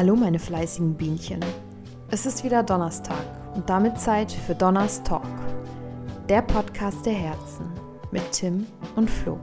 Hallo meine fleißigen Bienchen. Es ist wieder Donnerstag und damit Zeit für Donners Talk. Der Podcast der Herzen mit Tim und Flo.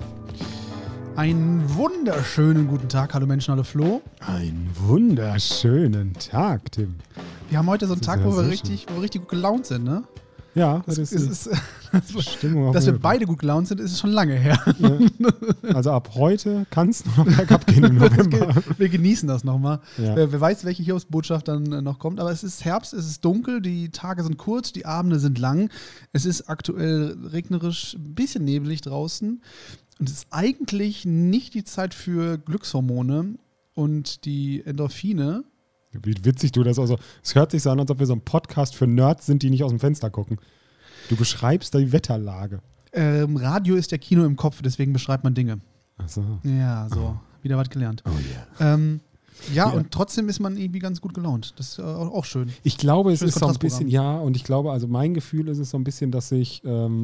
Einen wunderschönen guten Tag, hallo Menschen, hallo Flo. Einen wunderschönen Tag, Tim. Wir haben heute so einen Tag, wo wir richtig gut gelaunt sind, ne? Ja, das ist Stimmung. Dass wir beide gut gelaunt sind, ist schon lange her. Ja. Also ab heute kann es nur noch bergab gehen im November. Wir genießen das nochmal. Ja. Wer weiß, welche Hiobsbotschaft dann noch kommt. Aber es ist Herbst, es ist dunkel, die Tage sind kurz, die Abende sind lang. Es ist aktuell regnerisch, ein bisschen nebelig draußen. Und es ist eigentlich nicht die Zeit für Glückshormone und die Endorphine. Wie witzig du das also. Es hört sich so an, als ob wir so ein Podcast für Nerds sind, die nicht aus dem Fenster gucken. Du beschreibst die Wetterlage. Radio ist der Kino im Kopf, deswegen beschreibt man Dinge. Ach so. Ja, so. Wieder was gelernt. Oh yeah. Ja, und trotzdem ist man irgendwie ganz gut gelaunt. Das ist auch schön. Ich glaube, es Schönes ist so ein bisschen, ja, und ich glaube, also mein Gefühl ist es so ein bisschen, dass ich,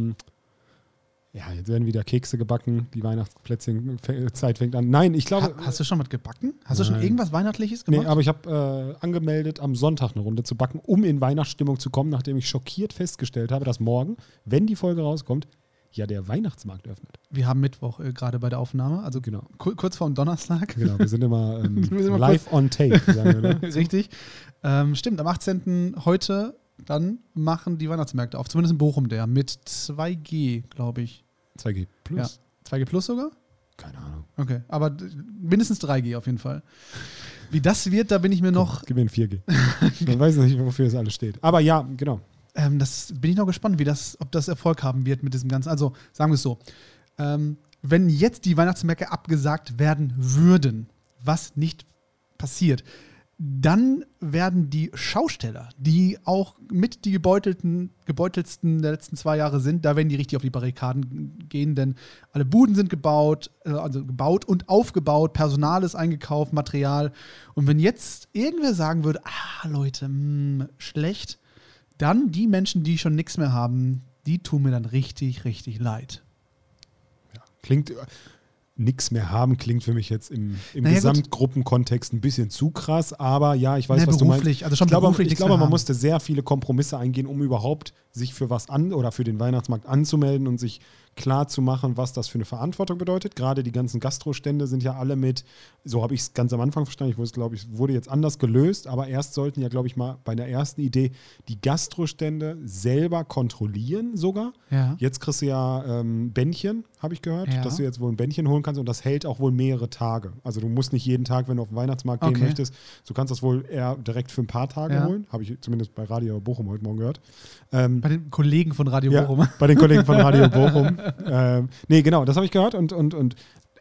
jetzt werden wieder Kekse gebacken, die Weihnachtsplätzchen-Zeit fängt an. Nein, ich glaube... Hast du schon was gebacken? Hast du schon irgendwas Weihnachtliches gemacht? Nee, aber ich habe angemeldet, am Sonntag eine Runde zu backen, um in Weihnachtsstimmung zu kommen, nachdem ich schockiert festgestellt habe, dass morgen, wenn die Folge rauskommt, ja der Weihnachtsmarkt öffnet. Wir haben Mittwoch gerade bei der Aufnahme, also genau. Kurz vorm Donnerstag. Genau, wir sind immer live on tape, sagen wir. Ne? Richtig. Stimmt, am 18. heute dann machen die Weihnachtsmärkte auf, zumindest in Bochum der, mit 2G, glaube ich. 2G plus? Ja. 2G plus sogar? Keine Ahnung. Okay, aber mindestens 3G auf jeden Fall. Wie das wird, da bin ich mir noch... Gib mir ein 4G. Man weiß nicht, wofür das alles steht. Aber ja, genau. Das bin ich noch gespannt, ob das Erfolg haben wird mit diesem Ganzen. Also, sagen wir es so. Wenn jetzt die Weihnachtsmärkte abgesagt werden würden, was nicht passiert, dann werden die Schausteller, die auch mit die gebeutelsten der letzten 2 Jahre sind, da werden die richtig auf die Barrikaden gehen, denn alle Buden sind gebaut und aufgebaut, Personal ist eingekauft, Material. Und wenn jetzt irgendwer sagen würde, Leute, schlecht, dann die Menschen, die schon nichts mehr haben, die tun mir dann richtig, richtig leid. Ja, klingt... Nichts mehr haben klingt für mich jetzt im Gesamtgruppenkontext ein bisschen zu krass, aber ja, ich weiß, was du meinst. Also schon ich glaube, man musste sehr viele Kompromisse eingehen, um überhaupt sich für was oder für den Weihnachtsmarkt anzumelden und sich klar zu machen, was das für eine Verantwortung bedeutet. Gerade die ganzen Gastrostände sind ja alle so habe ich es ganz am Anfang verstanden, wurde jetzt anders gelöst, aber erst sollten ja, glaube ich, mal bei der ersten Idee die Gastrostände selber kontrollieren sogar. Ja. Jetzt kriegst du ja Bändchen, habe ich gehört, dass du jetzt wohl ein Bändchen holen kannst und das hält auch wohl mehrere Tage. Also du musst nicht jeden Tag, wenn du auf den Weihnachtsmarkt gehen möchtest, du kannst das wohl eher direkt für ein paar Tage holen. Habe ich zumindest bei Radio Bochum heute Morgen gehört. Bei den Kollegen von Radio Bochum. Bei den Kollegen von Radio Bochum. Nee, genau, das habe ich gehört und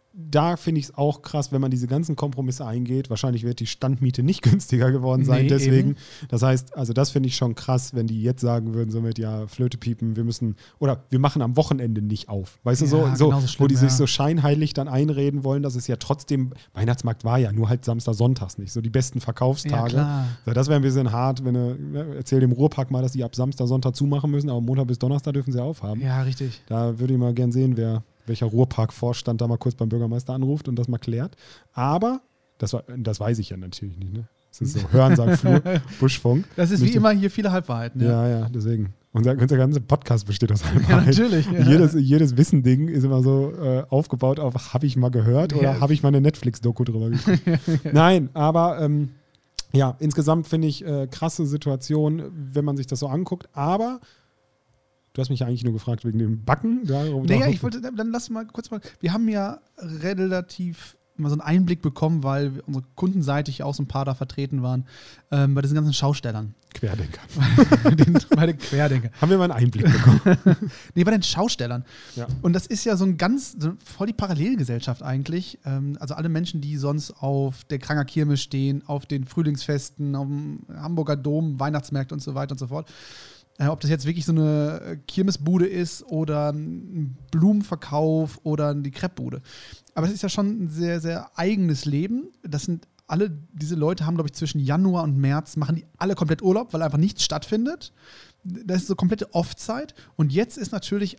da finde ich es auch krass, wenn man diese ganzen Kompromisse eingeht. Wahrscheinlich wird die Standmiete nicht günstiger geworden sein, deswegen. Eben. Das heißt, also das finde ich schon krass, wenn die jetzt sagen würden, somit, ja, Flöte piepen, wir machen am Wochenende nicht auf. Weißt du, so schlimm, wo die sich so scheinheilig dann einreden wollen, dass es ja trotzdem, Weihnachtsmarkt war ja nur halt Samstag, Sonntags nicht, so die besten Verkaufstage. Ja, so, das wäre ein bisschen hart, erzähl dem Ruhrpark mal, dass die ab Samstag, Sonntag zumachen müssen, aber Montag bis Donnerstag dürfen sie aufhaben. Ja, richtig. Da würde ich mal gern sehen, welcher Ruhrpark-Vorstand da mal kurz beim Bürgermeister anruft und das mal klärt. Aber, das weiß ich ja natürlich nicht, ne? Das ist so Hörensagen, Buschfunk. Das ist wie immer hier viele Halbwahrheiten. Ja, deswegen. Unser ganzer Podcast besteht aus Halbwahrheiten. Ja, natürlich. Ja. Jedes Wissen-Ding ist immer so aufgebaut auf, habe ich mal gehört oder habe ich mal eine Netflix-Doku drüber geguckt. Nein, aber insgesamt finde ich krasse Situation, wenn man sich das so anguckt. Aber du hast mich ja eigentlich nur gefragt wegen dem Backen. Ich wollte, dann lass mal kurz mal. Wir haben ja relativ mal so einen Einblick bekommen, weil unsere kundenseitig auch so ein paar da vertreten waren, bei diesen ganzen Schaustellern. Querdenker. Bei den Querdenker. Haben wir mal einen Einblick bekommen. Nee, bei den Schaustellern. Ja. Und das ist ja so voll die Parallelgesellschaft eigentlich. Also alle Menschen, die sonst auf der Kranger Kirmes stehen, auf den Frühlingsfesten, auf dem Hamburger Dom, Weihnachtsmärkte und so weiter und so fort. Ob das jetzt wirklich so eine Kirmesbude ist oder ein Blumenverkauf oder die Crepebude. Aber es ist ja schon ein sehr, sehr eigenes Leben. Diese Leute haben, glaube ich, zwischen Januar und März, machen die alle komplett Urlaub, weil einfach nichts stattfindet. Das ist so komplette Off-Zeit. Und jetzt ist natürlich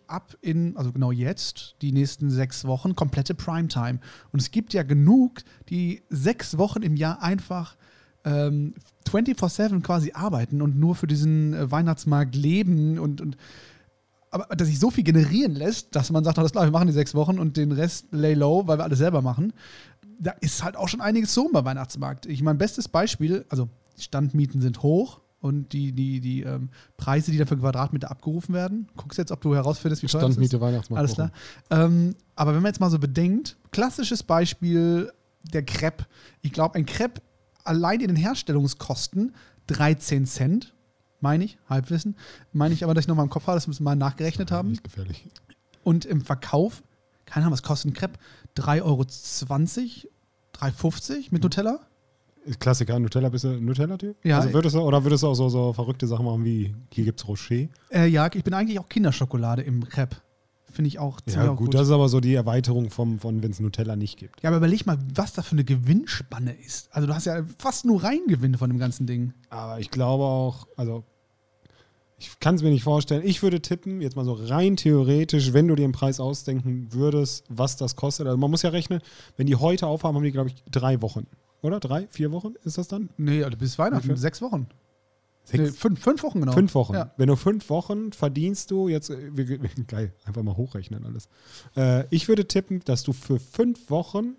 die nächsten 6 Wochen, komplette Primetime. Und es gibt ja genug, die 6 Wochen im Jahr einfach 24/7 quasi arbeiten und nur für diesen Weihnachtsmarkt leben aber dass sich so viel generieren lässt, dass man sagt, alles klar, wir machen die 6 Wochen und den Rest lay low, weil wir alles selber machen. Da ist halt auch schon einiges so beim Weihnachtsmarkt. Ich meine, bestes Beispiel, also die Standmieten sind hoch und die Preise, die da für Quadratmeter abgerufen werden. Guckst jetzt, ob du herausfindest, wie teuer das ist. Standmiete, Weihnachtsmarkt. Alles klar. Aber wenn man jetzt mal so bedenkt, klassisches Beispiel, der Crepe. Ich glaube, ein Crepe allein in den Herstellungskosten 13 Cent. Meine ich, Halbwissen. Meine ich aber, dass ich nochmal im Kopf habe, das müssen wir mal nachgerechnet haben. Nicht gefährlich. Und im Verkauf, keine Ahnung, was kostet ein Crepe? 3,20 €, 3,50 € mit Nutella? Klassiker, Nutella, bist du ein Nutella-Typ? Ja. Also würdest du auch so verrückte Sachen machen wie, hier gibt's Rocher? Ja, ich bin eigentlich auch Kinderschokolade im Crepe. Finde ich auch ziemlich Ja, gut, das ist aber so die Erweiterung von wenn es Nutella nicht gibt. Ja, aber überleg mal, was da für eine Gewinnspanne ist. Also du hast ja fast nur Reingewinne von dem ganzen Ding. Aber ich glaube auch, also ich kann es mir nicht vorstellen. Ich würde tippen, jetzt mal so rein theoretisch, wenn du dir den Preis ausdenken würdest, was das kostet. Also man muss ja rechnen, wenn die heute aufhaben, haben die, glaube ich, 3 Wochen. Oder? 3, 4 Wochen ist das dann? Nee, also bis Weihnachten, 6 Wochen. 6? Nee, 5 Wochen genau. 5 Wochen. Ja. Wenn du 5 Wochen verdienst du jetzt, geil, einfach mal hochrechnen alles. Ich würde tippen, dass du für 5 Wochen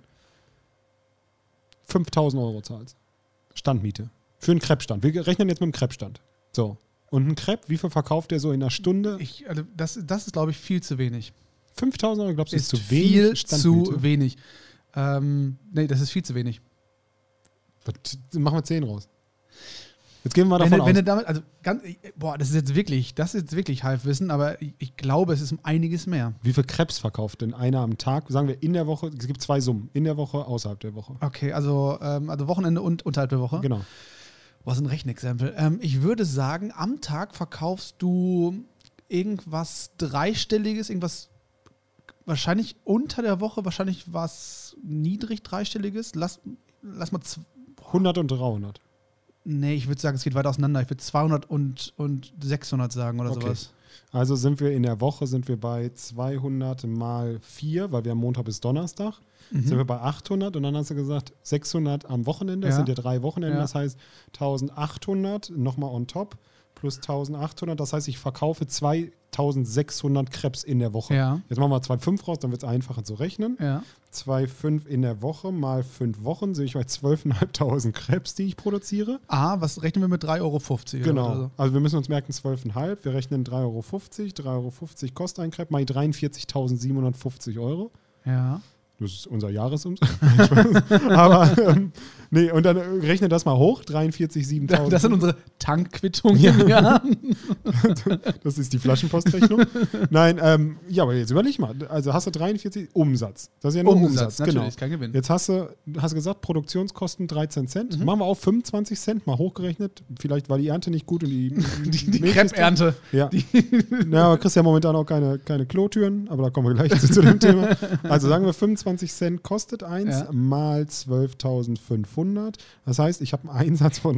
5.000 € zahlst. Standmiete. Für einen Crepe-Stand. Wir rechnen jetzt mit einem Crepe-Stand. So. Und ein Crepe, wie viel verkauft der so in einer Stunde? Also das ist, glaube ich, viel zu wenig. 5.000 €, glaubst du, ist zu viel wenig? Standmiete? zu wenig. Nee, das ist viel zu wenig. Machen wir 10 raus. Jetzt gehen wir mal davon aus. Wenn du damit, also das ist jetzt wirklich Halbwissen, aber ich glaube, es ist um einiges mehr. Wie viel Crepes verkauft denn einer am Tag? Sagen wir in der Woche, es gibt 2 Summen. In der Woche, außerhalb der Woche. Okay, also Wochenende und unterhalb der Woche. Genau. Was ein Rechenexempel. Ich würde sagen, am Tag verkaufst du irgendwas Dreistelliges, irgendwas wahrscheinlich unter der Woche, wahrscheinlich was niedrig Dreistelliges. Lass mal 100 und 300. Nee, ich würde sagen, es geht weiter auseinander. Ich würde 200 und 600 sagen oder sowas. Also sind wir in der Woche bei 200 mal 4, weil wir haben Montag bis Donnerstag. Sind wir bei 800 und dann hast du gesagt 600 am Wochenende. Das sind ja 3 Wochenenden. Ja. Das heißt 1800 nochmal on top plus 1800. Das heißt, ich verkaufe 2600 Crepes in der Woche. Ja. Jetzt machen wir 2,5 raus, dann wird es einfacher zu rechnen. Ja. 2,5 in der Woche mal 5 Wochen sind ich bei 12.500 Crepes, die ich produziere. Was rechnen wir mit 3,50 €? Genau. Oder so? Also wir müssen uns merken 12,5. Wir rechnen 3,50 €. 3,50 € kostet ein Crepe, mal 43.750 €. Ja. Das ist unser Jahresumsatz. Aber, nee, und dann rechne das mal hoch, 43.700. Das sind unsere Tankquittungen im Jahr. Das ist die Flaschenpostrechnung. Nein, aber jetzt überleg mal. Also hast du 43 Umsatz. Das ist ja nur Umsatz. Natürlich, genau. kein Gewinn. Jetzt hast du gesagt, Produktionskosten 13 Cent. Machen wir auf 25 Cent, mal hochgerechnet. Vielleicht war die Ernte nicht gut und die Crepe-Ernte. Ja. Aber kriegst ja momentan auch keine Klotüren, aber da kommen wir gleich zu dem Thema. Also sagen wir 25 Cent kostet eins mal 12.500. Das heißt, ich habe einen Einsatz von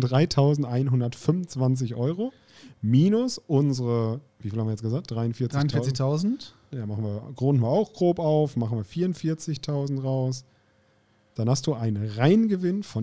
3.125 € minus unsere, wie viel haben wir jetzt gesagt? 43.000. Ja, runden wir auch grob auf, machen wir 44.000 raus. Dann hast du einen Reingewinn von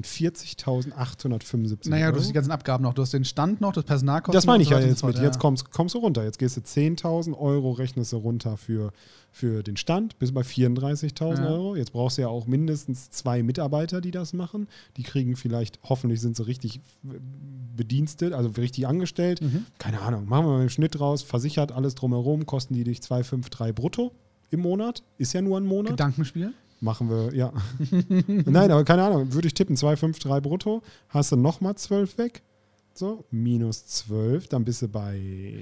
40.875 Naja, €. du hast die ganzen Abgaben noch. Du hast den Stand noch, das Personalkosten. Das meine ich ja jetzt mit. Jetzt kommst du runter. Jetzt gehst du 10.000 €, rechnest du runter für den Stand, bist bei 34.000 €. Jetzt brauchst du ja auch mindestens 2 Mitarbeiter, die das machen. Die kriegen vielleicht, hoffentlich sind sie richtig bedienstet, also richtig angestellt. Keine Ahnung, machen wir mal einen Schnitt raus, versichert, alles drumherum, kosten die dich 2,53 brutto im Monat. Ist ja nur ein Monat. Gedankenspiel? Machen wir, ja. Nein, aber keine Ahnung, würde ich tippen, 2,53 brutto, hast du nochmal 12 weg. So, minus 12, dann bist du bei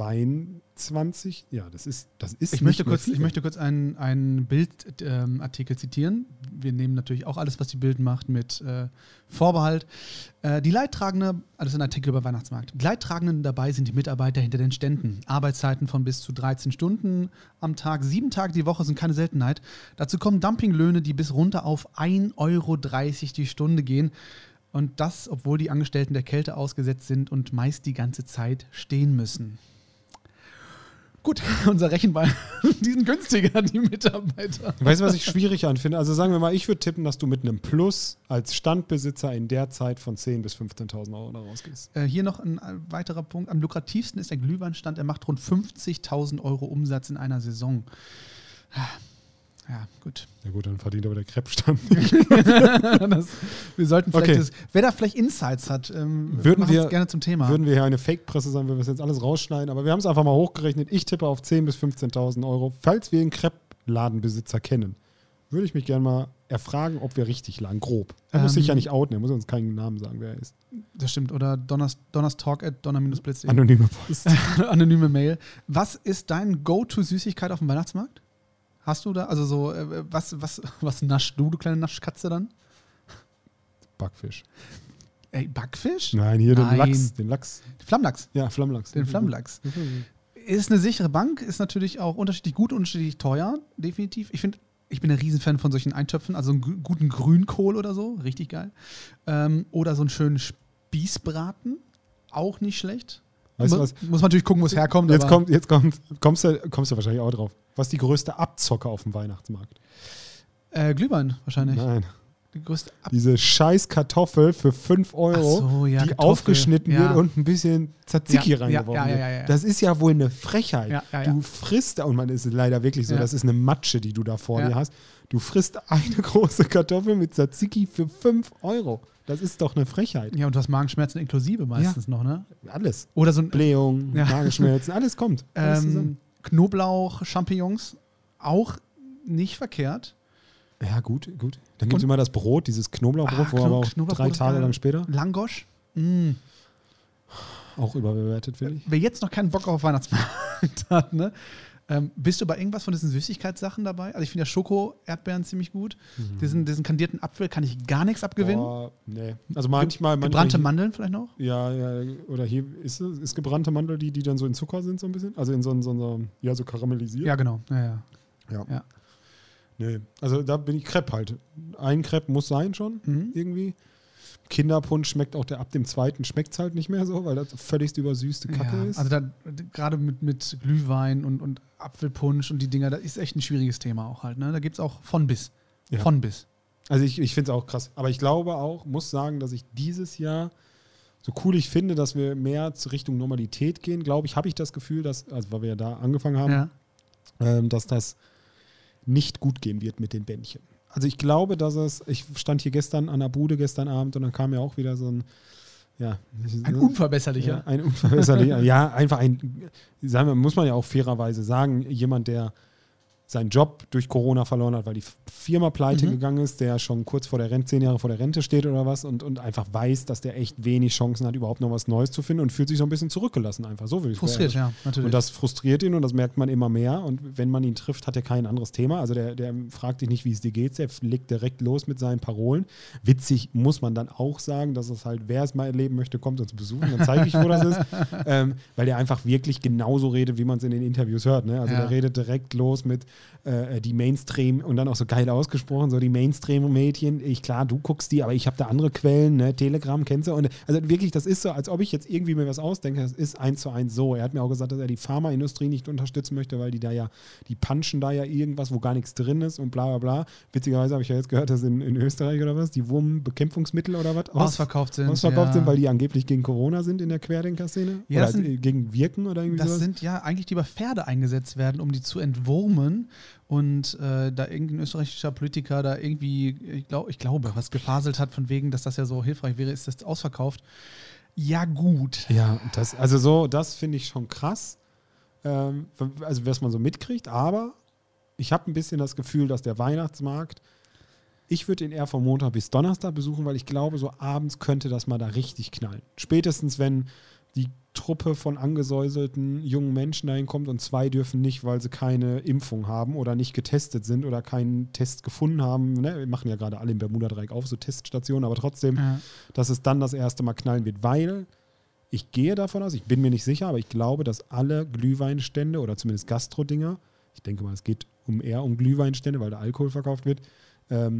22. Ja, das ist ich möchte kurz einen Bildartikel zitieren. Wir nehmen natürlich auch alles, was die Bild macht, mit Vorbehalt. Die Leidtragende, alles ein Artikel über Weihnachtsmarkt. Die Leidtragenden dabei sind die Mitarbeiter hinter den Ständen. Arbeitszeiten von bis zu 13 Stunden am Tag, 7 Tage die Woche sind keine Seltenheit. Dazu kommen Dumpinglöhne, die bis runter auf 1,30 € die Stunde gehen. Und das, obwohl die Angestellten der Kälte ausgesetzt sind und meist die ganze Zeit stehen müssen. Gut, unser Rechenball, die sind günstiger, die Mitarbeiter. Weißt du, was ich schwierig anfinde? Also sagen wir mal, ich würde tippen, dass du mit einem Plus als Standbesitzer in der Zeit von 10.000 bis 15.000 Euro da rausgehst. Hier noch ein weiterer Punkt. Am lukrativsten ist der Glühweinstand. Er macht rund 50.000 Euro Umsatz in einer Saison. Ja, gut. Ja gut, dann verdient aber der Crepe-Stand. Wir sollten vielleicht, Okay. wer da vielleicht Insights hat, Würden machen wir- uns gerne zum Thema. Würden wir hier eine Fake-Presse sein, würden wir das jetzt alles rausschneiden. Aber wir haben es einfach mal hochgerechnet. Ich tippe auf 10.000 bis 15.000 Euro. Falls wir einen Crepe-Ladenbesitzer kennen, würde ich mich gerne mal erfragen, ob wir richtig lagen. Grob. Er muss sich ja nicht outen. Er muss uns keinen Namen sagen, wer er ist. Das stimmt. Oder donnerstalk@donner-blitz.de. Anonyme Post. Anonyme Mail. Was ist dein Go-To-Süßigkeit auf dem Weihnachtsmarkt? Hast du da, also so, was naschst du kleine Naschkatze dann? Backfisch. Ey, Backfisch? Nein, hier Nein. den Lachs. Flammlachs. Ja, Flammlachs. Den Flammlachs. Ist eine sichere Bank, ist natürlich auch unterschiedlich gut, unterschiedlich teuer, definitiv. Ich bin ein Riesenfan von solchen Eintöpfen, also einen guten Grünkohl oder so, richtig geil. Oder so einen schönen Spießbraten, auch nicht schlecht. Weißt du was? Muss man natürlich gucken, wo es herkommt. Jetzt aber kommst du wahrscheinlich auch drauf. Was ist die größte Abzocke auf dem Weihnachtsmarkt? Glühwein wahrscheinlich. Nein. Die größte Diese scheiß Kartoffel für 5 Euro, Ach so, ja, die Kartoffel, aufgeschnitten ja. wird und ein bisschen Tzatziki Ja, reingeworfen ja, wird. ja. Das ist ja wohl eine Frechheit. Ja. Du frisst, und man ist leider wirklich so, Ja. das ist eine Matsche, die du da vor Ja. dir hast. Du frisst eine große Kartoffel mit Tzatziki für 5 Euro. Das ist doch eine Frechheit. Ja, und du hast Magenschmerzen inklusive meistens noch, ne? Alles. Oder so ein Blähung, Ja. Magenschmerzen, alles kommt. Alles zusammen. Knoblauch, Champignons, auch nicht verkehrt. Ja, gut. Dann gibt es immer das Brot, dieses Knoblauchbrot, wo aber auch Knoblauchbrot 3 ist Tage geil. lang später Langosch. auch überbewertet, finde ich. Wer jetzt noch keinen Bock auf Weihnachtsmarkt hat, ne? Bist du bei irgendwas von diesen Süßigkeitssachen dabei? Also ich finde ja Schoko-Erdbeeren ziemlich gut. Diesen kandierten Apfel kann ich gar nichts abgewinnen. Boah, nee. Also manchmal Gebrannte Mandeln vielleicht noch? Ja, oder hier ist gebrannte Mandel, die dann so in Zucker sind, so ein bisschen. Also in so karamellisiert. Ja, genau. Ja. Nee. Also da bin ich Crepe halt. Ein Crepe muss sein schon, irgendwie. Kinderpunsch schmeckt auch ab dem zweiten schmeckt es halt nicht mehr so, weil das völligst übersüßte Kacke ist. Also da gerade mit Glühwein und Apfelpunsch und die Dinger, das ist echt ein schwieriges Thema auch halt. Ne? Da gibt es auch von bis. Ja. Von bis. Also ich finde es auch krass. Aber ich glaube auch, muss sagen, dass ich dieses Jahr, so cool ich finde, dass wir mehr zur Richtung Normalität gehen, glaube ich, habe ich das Gefühl, dass, also weil wir ja da angefangen haben, dass das nicht gut gehen wird mit den Bändchen. Also ich glaube, ich stand hier gestern an der Bude gestern Abend und dann kam ja auch wieder so ein Unverbesserlicher. Ja, ein unverbesserlicher. Ja, einfach sagen wir, muss man ja auch fairerweise sagen, jemand, der seinen Job durch Corona verloren hat, weil die Firma pleite gegangen ist, der schon kurz vor der Rente, 10 Jahre vor der Rente steht oder was und einfach weiß, dass der echt wenig Chancen hat, überhaupt noch was Neues zu finden und fühlt sich so ein bisschen zurückgelassen einfach. So will ich Frustriert, ja, natürlich. Und das frustriert ihn und das merkt man immer mehr und wenn man ihn trifft, hat er kein anderes Thema. Also der fragt dich nicht, wie es dir geht, der legt direkt los mit seinen Parolen. Witzig muss man dann auch sagen, dass es halt, wer es mal erleben möchte, kommt uns besuchen, dann zeige ich, wo das ist. Weil der einfach wirklich genauso redet, wie man es in den Interviews hört. Ne? Also der redet direkt los mit die Mainstream und dann auch so geil ausgesprochen, so die Mainstream-Mädchen. Klar, du guckst die, aber ich habe da andere Quellen, ne? Telegram kennst du. Und also wirklich, das ist so, als ob ich jetzt irgendwie mir was ausdenke, das ist 1:1 so. Er hat mir auch gesagt, dass er die Pharmaindustrie nicht unterstützen möchte, weil die punchen da ja irgendwas, wo gar nichts drin ist und bla bla bla. Witzigerweise habe ich ja jetzt gehört, dass in Österreich oder was, die Wurmbekämpfungsmittel oder was ausverkauft sind, weil die angeblich gegen Corona sind in der Querdenker-Szene. Ja, oder gegen Wirken oder irgendwie sowas. Das sind ja eigentlich, die über Pferde eingesetzt werden, um die zu entwurmen. Und da irgendein österreichischer Politiker da irgendwie, ich glaube, was gefaselt hat von wegen, dass das ja so hilfreich wäre, ist das ausverkauft. Ja, gut. Ja, das finde ich schon krass. Also, was man so mitkriegt, aber ich habe ein bisschen das Gefühl, dass der Weihnachtsmarkt, ich würde ihn eher von Montag bis Donnerstag besuchen, weil ich glaube, so abends könnte das mal da richtig knallen. Spätestens, wenn die Truppe von angesäuselten jungen Menschen dahin kommt und 2 dürfen nicht, weil sie keine Impfung haben oder nicht getestet sind oder keinen Test gefunden haben. Ne? Wir machen ja gerade alle im Bermuda-Dreieck auf, so Teststationen, aber trotzdem, dass es dann das erste Mal knallen wird, weil ich gehe davon aus, ich bin mir nicht sicher, aber ich glaube, dass alle Glühweinstände oder zumindest Gastro-Dinger, ich denke mal, es geht eher um Glühweinstände, weil da Alkohol verkauft wird,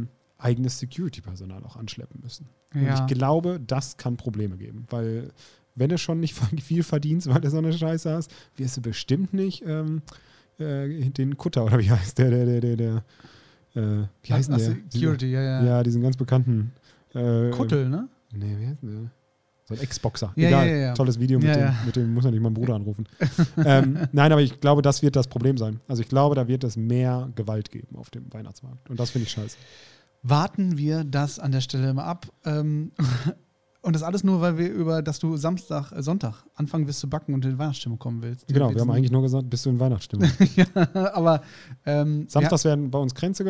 eigenes Security-Personal auch anschleppen müssen. Und ich glaube, das kann Probleme geben, weil wenn du schon nicht viel verdienst, weil du so eine Scheiße hast, wirst du bestimmt nicht den Kutter, oder wie heißt der wie heißt der? Security, ja. Ja, diesen ganz bekannten Kuttel, ne? Nee, wie heißt der? So ein Ex-Boxer. Ja, Egal, ja. Tolles Video mit dem muss ja nicht meinen Bruder anrufen. Nein, aber ich glaube, das wird das Problem sein. Also ich glaube, da wird es mehr Gewalt geben auf dem Weihnachtsmarkt. Und das finde ich scheiße. Warten wir das an der Stelle immer ab. Und das alles nur, dass du Sonntag anfangen wirst zu backen und in die Weihnachtsstimmung kommen willst. Genau, wir haben eigentlich nur gesagt, bist du in Weihnachtsstimmung. Ja, aber Samstags werden bei uns Kränze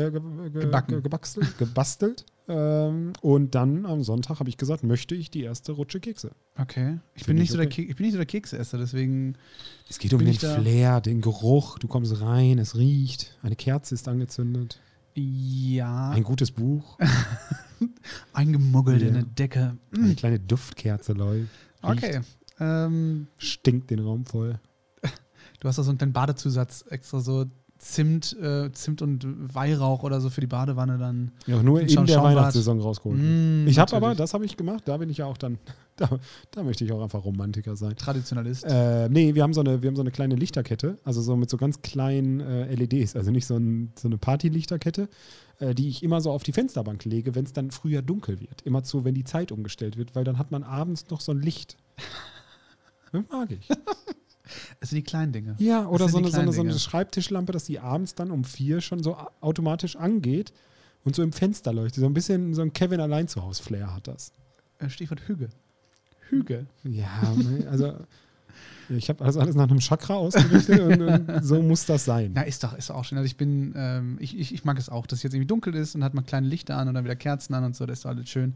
gebastelt. Und dann am Sonntag habe ich gesagt, möchte ich die erste Rutsche Kekse. Okay. Ich bin nicht so der Kekseesser, deswegen. Es geht um den Flair, den Geruch. Du kommst rein, es riecht. Eine Kerze ist angezündet. Ja. Ein gutes Buch. Eingemuggelt in eine Decke. Eine kleine Duftkerze läuft. Okay. Stinkt den Raum voll. Du hast da so einen kleinen Badezusatz, extra so Zimt und Weihrauch oder so für die Badewanne dann. Ja, nur in der Weihnachtssaison rausgeholt. Ich habe aber, das habe ich gemacht, da bin ich ja auch dann, da möchte ich auch einfach Romantiker sein. Traditionalist. Nee, wir haben so eine kleine Lichterkette, also so mit so ganz kleinen LEDs, also nicht so eine Party-Lichterkette, die ich immer so auf die Fensterbank lege, wenn es dann früher dunkel wird. Immer zu, wenn die Zeit umgestellt wird, weil dann hat man abends noch so ein Licht. Das mag ich. Es sind die kleinen Dinge. Ja, oder so eine Schreibtischlampe, dass die abends dann um 4 schon so automatisch angeht und so im Fenster leuchtet. So ein bisschen so ein Kevin allein zu Hause Flair hat das. Stichwort Hüge. Hüge. Ja, also ich habe also alles nach einem Chakra ausgerichtet und so muss das sein. Ja, ist doch auch schön. Also ich mag es auch, dass es jetzt irgendwie dunkel ist und hat man kleine Lichter an und dann wieder Kerzen an und so, das ist doch alles schön.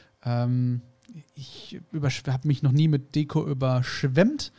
Ich habe mich noch nie mit Deko überschwemmt.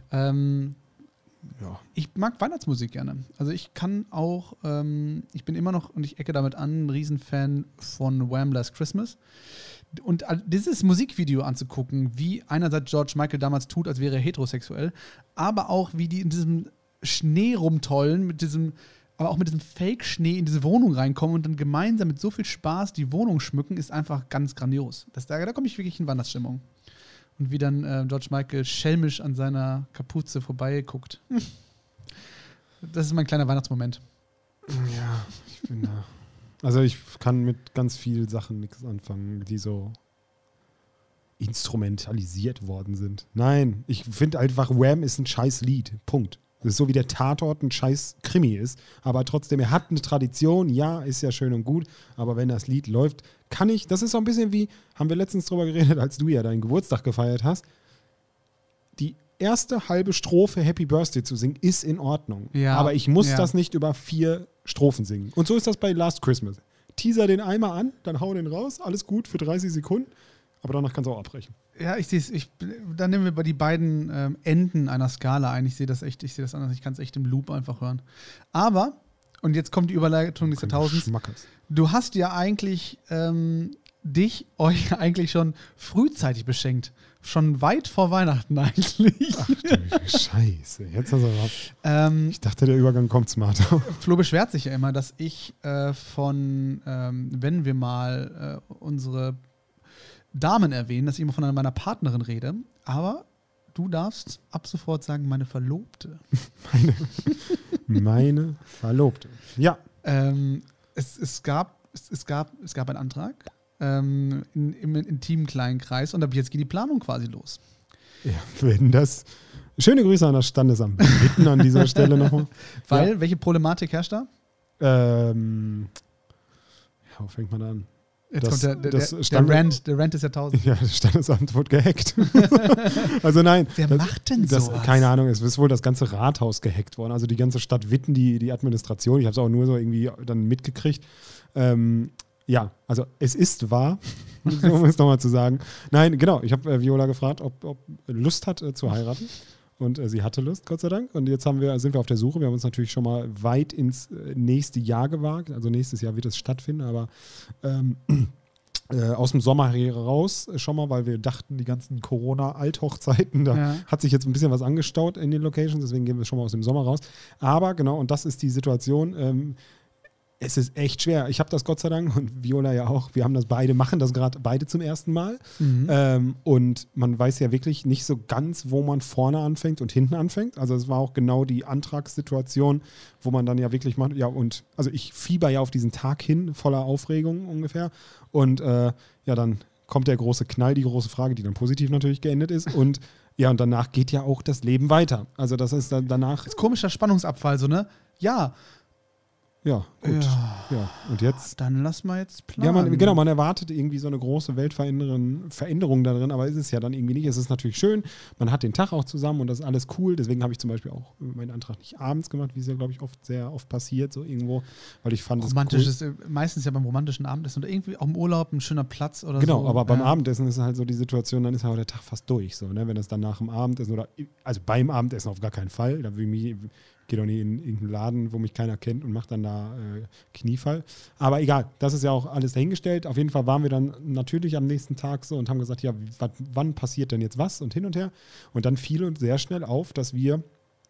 Ich mag Weihnachtsmusik gerne. Also ich kann auch, ich bin immer noch, und ich ecke damit an, ein Riesenfan von Wham! Last Christmas. Und dieses Musikvideo anzugucken, wie einerseits George Michael damals tut, als wäre er heterosexuell, aber auch wie die in diesem Schnee rumtollen, aber auch mit diesem Fake-Schnee in diese Wohnung reinkommen und dann gemeinsam mit so viel Spaß die Wohnung schmücken, ist einfach ganz grandios. Da komme ich wirklich in Weihnachtsstimmung. Und wie dann George Michael schelmisch an seiner Kapuze vorbeiguckt. Das ist mein kleiner Weihnachtsmoment. Ja, ich bin da. Also ich kann mit ganz vielen Sachen nichts anfangen, die so instrumentalisiert worden sind. Nein, ich finde einfach, Wham! Ist ein scheiß Lied. Punkt. Das ist so wie der Tatort ein scheiß Krimi ist. Aber trotzdem, er hat eine Tradition, ja, ist ja schön und gut. Aber wenn das Lied läuft, das ist so ein bisschen wie, haben wir letztens drüber geredet, als du ja deinen Geburtstag gefeiert hast. Die erste halbe Strophe Happy Birthday zu singen, ist in Ordnung. Ja, aber ich muss das nicht über 4 Strophen singen. Und so ist das bei Last Christmas. Teaser den einmal an, dann hau den raus, alles gut für 30 Sekunden. Aber danach kannst du auch abbrechen. Ja, ich sehe es. Dann nehmen wir die beiden Enden einer Skala ein. Ich sehe das anders. Ich kann es echt im Loop einfach hören. Aber, und jetzt kommt die Überleitung des Jahrtausends. Du hast ja eigentlich euch eigentlich schon frühzeitig beschenkt. Schon weit vor Weihnachten eigentlich. Ach du Scheiße. Jetzt hast du was. Ich dachte, der Übergang kommt smarter. Flo beschwert sich ja immer, dass ich wenn wir mal unsere Damen erwähnen, dass ich immer von meiner Partnerin rede, aber du darfst ab sofort sagen, meine Verlobte. Meine Verlobte. Ja. Es gab einen Antrag im intimen kleinen Kreis und jetzt geht die Planung quasi los. Ja, wenn das. Schöne Grüße an das Standesamt. Bitten an dieser Stelle nochmal. Weil, welche Problematik herrscht da? Wo fängt man an? Jetzt kommt der Rant des Jahrtausends. Ja, das Standesamt wurde gehackt. Also nein. Wer macht denn sowas? Keine Ahnung, es ist wohl das ganze Rathaus gehackt worden. Also die ganze Stadt Witten, die Administration. Ich habe es auch nur so irgendwie dann mitgekriegt. Ja, also es ist wahr, um es nochmal zu sagen. Nein, genau, ich habe Viola gefragt, ob Lust hat zu heiraten. Und sie hatte Lust, Gott sei Dank. Und jetzt sind wir auf der Suche. Wir haben uns natürlich schon mal weit ins nächste Jahr gewagt. Also nächstes Jahr wird es stattfinden, aber aus dem Sommer raus schon mal, weil wir dachten, die ganzen Corona-Althochzeiten, da hat sich jetzt ein bisschen was angestaut in den Locations, deswegen gehen wir schon mal aus dem Sommer raus. Aber genau, und das ist die Situation, Es ist echt schwer. Ich habe das Gott sei Dank und Viola ja auch. Wir haben das machen das gerade beide zum ersten Mal. Und man weiß ja wirklich nicht so ganz, wo man vorne anfängt und hinten anfängt. Also es war auch genau die Antragssituation, wo man dann ja wirklich macht. Ja, und also ich fieber ja auf diesen Tag hin, voller Aufregung ungefähr. Und dann kommt der große Knall, die große Frage, die dann positiv natürlich geendet ist. Und ja, und danach geht ja auch das Leben weiter. Also das ist dann danach. Das ist komischer Spannungsabfall, so, ne? Ja. Ja, gut. Ja. Und jetzt? Dann lass mal jetzt planen. Ja, man erwartet irgendwie so eine große Weltveränderung da drin, aber ist es ja dann irgendwie nicht. Es ist natürlich schön, man hat den Tag auch zusammen und das ist alles cool. Deswegen habe ich zum Beispiel auch meinen Antrag nicht abends gemacht, wie es ja, glaube ich, sehr oft passiert, so irgendwo, weil ich fand romantisch es cool. Ist meistens ja beim romantischen Abendessen oder irgendwie auch im Urlaub ein schöner Platz oder genau, so. Genau, aber beim Abendessen ist halt so die Situation, dann ist halt der Tag fast durch, so, ne? Wenn es dann nach dem Abendessen also beim Abendessen auf gar keinen Fall, da will ich mich gehe doch nicht in irgendeinen Laden, wo mich keiner kennt und macht dann da Kniefall. Aber egal, das ist ja auch alles dahingestellt. Auf jeden Fall waren wir dann natürlich am nächsten Tag so und haben gesagt, ja, wann passiert denn jetzt was und hin und her. Und dann fiel uns sehr schnell auf, dass wir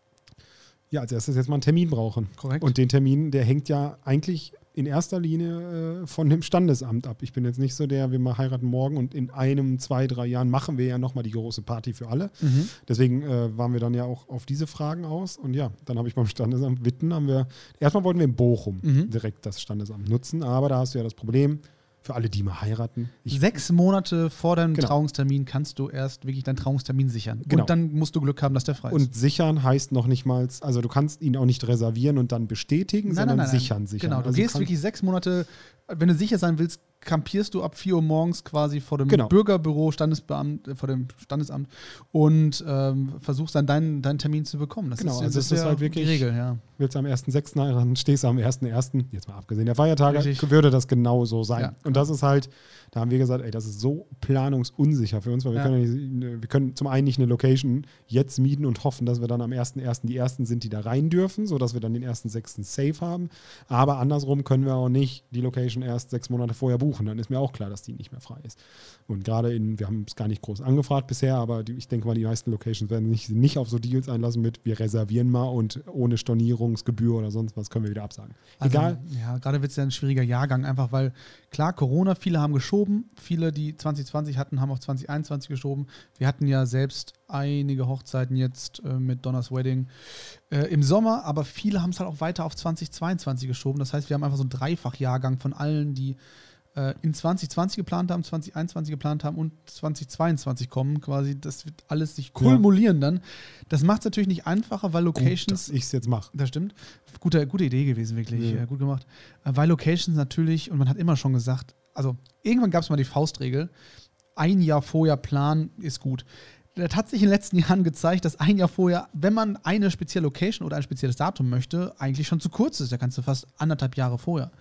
als erstes jetzt mal einen Termin brauchen. Korrekt. Und den Termin, der hängt ja eigentlich in erster Linie von dem Standesamt ab. Ich bin jetzt nicht so wir mal heiraten morgen und in 1, 2, 3 Jahren machen wir ja nochmal die große Party für alle. Deswegen waren wir dann ja auch auf diese Fragen aus. Und ja, dann habe ich beim Standesamt Witten, erstmal wollten wir in Bochum direkt das Standesamt nutzen, aber da hast du ja das Problem, für alle, die mal heiraten. 6 Monate vor deinem Trauungstermin kannst du erst wirklich deinen Trauungstermin sichern. Genau. Und dann musst du Glück haben, dass der frei ist. Und sichern heißt noch nicht mal, also du kannst ihn auch nicht reservieren und dann bestätigen, sondern sichern. Genau, du also gehst wirklich 6 Monate, wenn du sicher sein willst, kampierst du ab 4 Uhr morgens quasi vor dem Bürgerbüro, vor dem Standesamt und versuchst dann deinen Termin zu bekommen. Das ist halt wirklich die Regel, ja. Willst du am 1.6. heiraten, stehst du am 1.1., jetzt mal abgesehen der Feiertage, würde das genau so sein. Ja. Und das ist halt, da haben wir gesagt, das ist so planungsunsicher für uns, weil wir können zum einen nicht eine Location jetzt mieten und hoffen, dass wir dann am 1.1. die Ersten sind, die da rein dürfen, sodass wir dann den 1.6. safe haben. Aber andersrum können wir auch nicht die Location erst 6 Monate vorher buchen. Dann ist mir auch klar, dass die nicht mehr frei ist. Und gerade wir haben es gar nicht groß angefragt bisher, aber ich denke mal, die meisten Locations werden sich nicht auf so Deals einlassen mit, wir reservieren mal und ohne Stornierungsgebühr oder sonst was können wir wieder absagen. Also, egal. Ja, gerade wird es ja ein schwieriger Jahrgang, einfach weil, klar, Corona, viele haben geschoben, viele, die 2020 hatten, haben auf 2021 geschoben. Wir hatten ja selbst einige Hochzeiten jetzt mit Donna's Wedding im Sommer, aber viele haben es halt auch weiter auf 2022 geschoben. Das heißt, wir haben einfach so einen Dreifach-Jahrgang von allen, die in 2020 geplant haben, 2021 geplant haben und 2022 kommen quasi. Das wird alles sich kumulieren dann. Das macht es natürlich nicht einfacher, weil Locations... Gut, dass ich es jetzt mache. Das stimmt. Gute Idee gewesen, wirklich. Gut gemacht. Weil Locations natürlich, und man hat immer schon gesagt, also irgendwann gab es mal die Faustregel, 1 Jahr vorher planen ist gut. Das hat sich in den letzten Jahren gezeigt, dass 1 Jahr vorher, wenn man eine spezielle Location oder ein spezielles Datum möchte, eigentlich schon zu kurz ist. Da kannst du fast 1,5 Jahre vorher.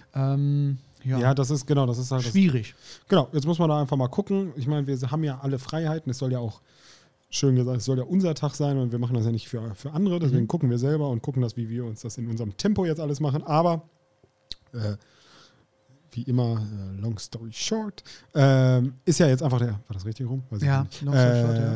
Ja, das ist halt schwierig. Genau, jetzt muss man da einfach mal gucken. Ich meine, wir haben ja alle Freiheiten. Es soll ja auch, schön gesagt, es soll ja unser Tag sein und wir machen das ja nicht für andere. Deswegen gucken wir selber und gucken das, wie wir uns das in unserem Tempo jetzt alles machen. Aber wie immer, long story short, ist ja jetzt einfach war das richtig rum? Weiß ja, long story short, ja.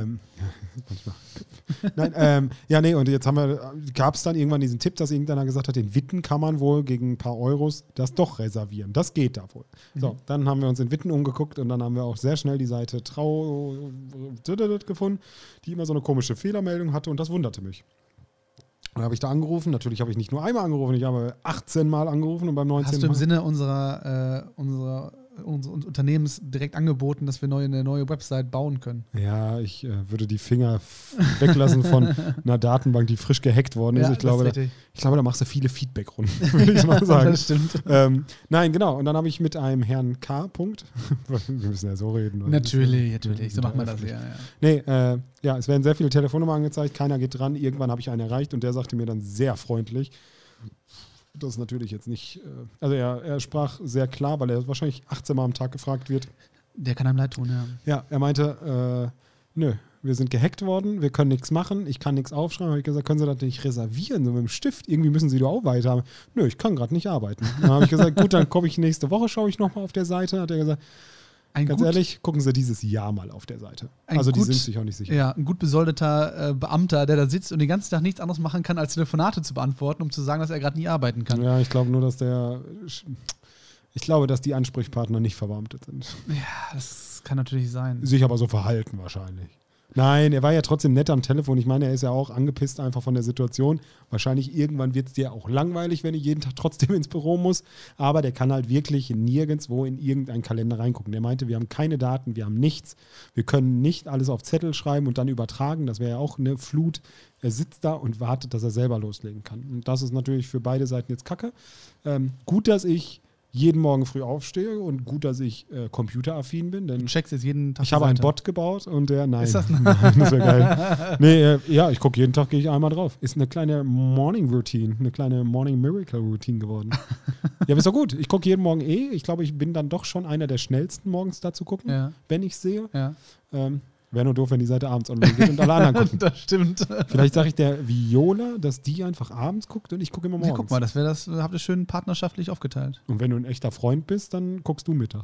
Nein, und jetzt gab es dann irgendwann diesen Tipp, dass irgendeiner gesagt hat, in Witten kann man wohl gegen ein paar Euros das doch reservieren. Das geht da wohl. So, dann haben wir uns in Witten umgeguckt und dann haben wir auch sehr schnell die Seite Trau gefunden, die immer so eine komische Fehlermeldung hatte und das wunderte mich. Dann habe ich da angerufen. Natürlich habe ich nicht nur einmal angerufen, ich habe 18 Mal angerufen und beim 19. Hast du im Sinne unseres Unternehmens direkt angeboten, dass wir eine neue Website bauen können? Ja, ich würde die Finger weglassen von einer Datenbank, die frisch gehackt worden ist. Ich glaube, da machst du viele Feedback-Runden, würde ich mal sagen. Das stimmt. Nein, genau. Und dann habe ich mit einem Herrn K. Wir müssen ja so reden. Natürlich. So macht man das ja. Nee, es werden sehr viele Telefonnummern angezeigt. Keiner geht dran. Irgendwann habe ich einen erreicht und der sagte mir dann sehr freundlich, das ist natürlich jetzt nicht, also er sprach sehr klar, weil er wahrscheinlich 18 Mal am Tag gefragt wird. Der kann einem leid tun, ja. Ja, er meinte, nö, wir sind gehackt worden, wir können nichts machen, ich kann nichts aufschreiben. Habe ich gesagt, können Sie das nicht reservieren, so mit dem Stift? Irgendwie müssen Sie doch auch weiter haben. Nö, ich kann gerade nicht arbeiten. Dann habe ich gesagt, gut, dann komme ich nächste Woche, schaue ich nochmal auf der Seite. Hat er gesagt, Ganz ehrlich, gucken Sie dieses Jahr mal auf der Seite. Also die sind sich auch nicht sicher. Ja, ein gut besoldeter Beamter, der da sitzt und den ganzen Tag nichts anderes machen kann, als Telefonate zu beantworten, um zu sagen, dass er gerade nie arbeiten kann. Ja, ich glaube nur, dass die Ansprechpartner nicht verbeamtet sind. Ja, das kann natürlich sein. Sich aber so verhalten wahrscheinlich. Nein, er war ja trotzdem nett am Telefon. Ich meine, er ist ja auch angepisst einfach von der Situation. Wahrscheinlich irgendwann wird es dir auch langweilig, wenn du jeden Tag trotzdem ins Büro musst. Aber der kann halt wirklich nirgendwo in irgendeinen Kalender reingucken. Der meinte, wir haben keine Daten, wir haben nichts. Wir können nicht alles auf Zettel schreiben und dann übertragen. Das wäre ja auch eine Flut. Er sitzt da und wartet, dass er selber loslegen kann. Und das ist natürlich für beide Seiten jetzt Kacke. Gut, dass ich jeden Morgen früh aufstehe und gut, dass ich computeraffin bin. Denn du checkst jetzt jeden Tag. Ich habe einen Bot gebaut und nein. Ist das nein, das wäre geil. Nee, ja, ich gucke jeden Tag, gehe ich einmal drauf. Ist eine kleine Morning Routine, eine kleine Morning Miracle Routine geworden. Ja, aber ist doch gut. Ich gucke jeden Morgen Ich glaube, ich bin dann doch schon einer der schnellsten morgens da zu gucken, wenn ich sehe. Ja. Wäre nur doof, wenn die Seite abends online geht und alle anderen gucken. Das stimmt. Vielleicht sage ich der Viola, dass die einfach abends guckt und ich gucke immer morgens. Guck mal, habt ihr schön partnerschaftlich aufgeteilt. Und wenn du ein echter Freund bist, dann guckst du Mittag.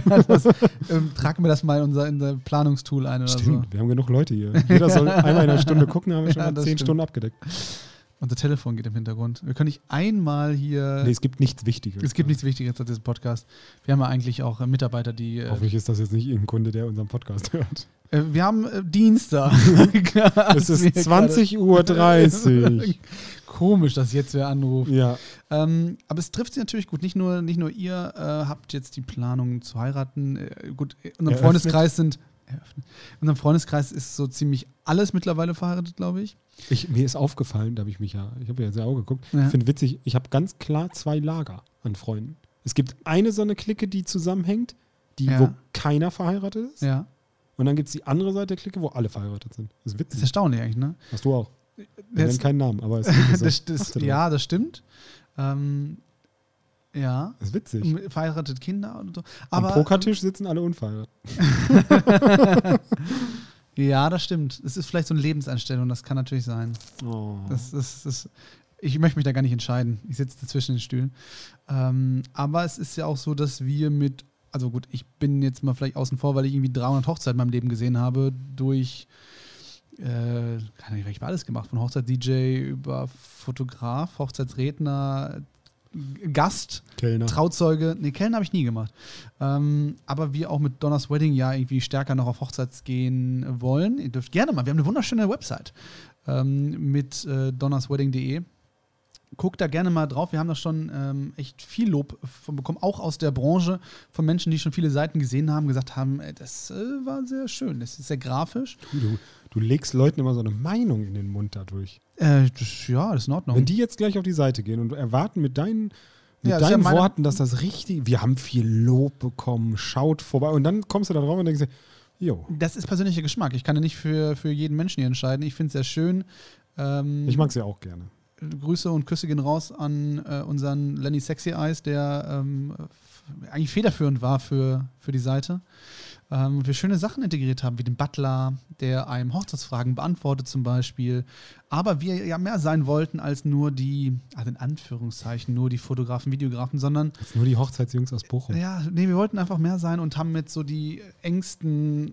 Trag mir das mal in unser Planungstool ein oder Stimmt, so. wir haben genug Leute hier. Jeder soll einmal in einer Stunde gucken, haben wir schon mal 10 Stunden abgedeckt. Unser Telefon geht im Hintergrund. Wir können nicht einmal hier... Nee, es gibt nichts Wichtiges. Es gibt nichts Wichtiges als diesen Podcast. Wir haben ja eigentlich auch Mitarbeiter, die... Hoffentlich ist das jetzt nicht irgendein Kunde, der unseren Podcast hört. Wir haben Dienstag. Es ist 20:30 Uhr. Komisch, dass jetzt wer anruft. Ja. Aber es trifft sie natürlich gut. Nicht nur ihr habt jetzt die Planung zu heiraten. Gut, in unserem Freundeskreis ist so ziemlich alles mittlerweile verheiratet, glaube ich. Mir ist aufgefallen, ich habe ja sehr auch geguckt. Ja. Ich finde witzig, ich habe ganz klar 2 Lager an Freunden. Es gibt eine so eine Clique, die zusammenhängt, wo keiner verheiratet ist. Ja. Und dann gibt es die andere Seite der Clique, wo alle verheiratet sind. Das ist witzig. Das ist erstaunlich eigentlich, ne? Hast du auch. Wir nennen keinen Namen, aber es ist so. Ja, das stimmt. Ja. Das ist witzig. Verheiratete Kinder und so. Aber am Pokertisch sitzen alle unverheiratet. Ja, das stimmt. Es ist vielleicht so eine Lebenseinstellung, das kann natürlich sein. Oh. Ich möchte mich da gar nicht entscheiden. Ich sitze zwischen den Stühlen. Aber es ist ja auch so, dass wir also gut, ich bin jetzt mal vielleicht außen vor, weil ich irgendwie 300 Hochzeiten in meinem Leben gesehen habe, durch, keine Ahnung, ich habe alles gemacht, von Hochzeit-DJ über Fotograf, Hochzeitsredner, Gast, Kellner. Trauzeuge. Nee, Kellner habe ich nie gemacht. Aber wir auch mit Donna's Wedding ja irgendwie stärker noch auf Hochzeits gehen wollen. Ihr dürft gerne mal, wir haben eine wunderschöne Website mit donnaswedding.de. Guckt da gerne mal drauf. Wir haben da schon echt viel Lob von bekommen, auch aus der Branche, von Menschen, die schon viele Seiten gesehen haben, gesagt haben, das war sehr schön, das ist sehr grafisch. Du legst Leuten immer so eine Meinung in den Mund dadurch. Das ist in Ordnung. Wenn die jetzt gleich auf die Seite gehen und erwarten mit deinen Worten, dass das richtig, wir haben viel Lob bekommen, schaut vorbei und dann kommst du da drauf und denkst dir, jo. Das ist persönlicher Geschmack. Ich kann ja nicht für jeden Menschen hier entscheiden. Ich finde es sehr schön. Ich mag es ja auch gerne. Grüße und Küsse gehen raus an unseren Lenny Sexy Eyes, der eigentlich federführend war für die Seite. Wir schöne Sachen integriert haben, wie den Butler, der einem Hochzeitsfragen beantwortet zum Beispiel. Aber wir ja mehr sein wollten als nur die, also in Anführungszeichen, nur die Fotografen, Videografen, sondern... Das nur die Hochzeitsjungs aus Bochum. Ja, nee, wir wollten einfach mehr sein und haben mit so die engsten...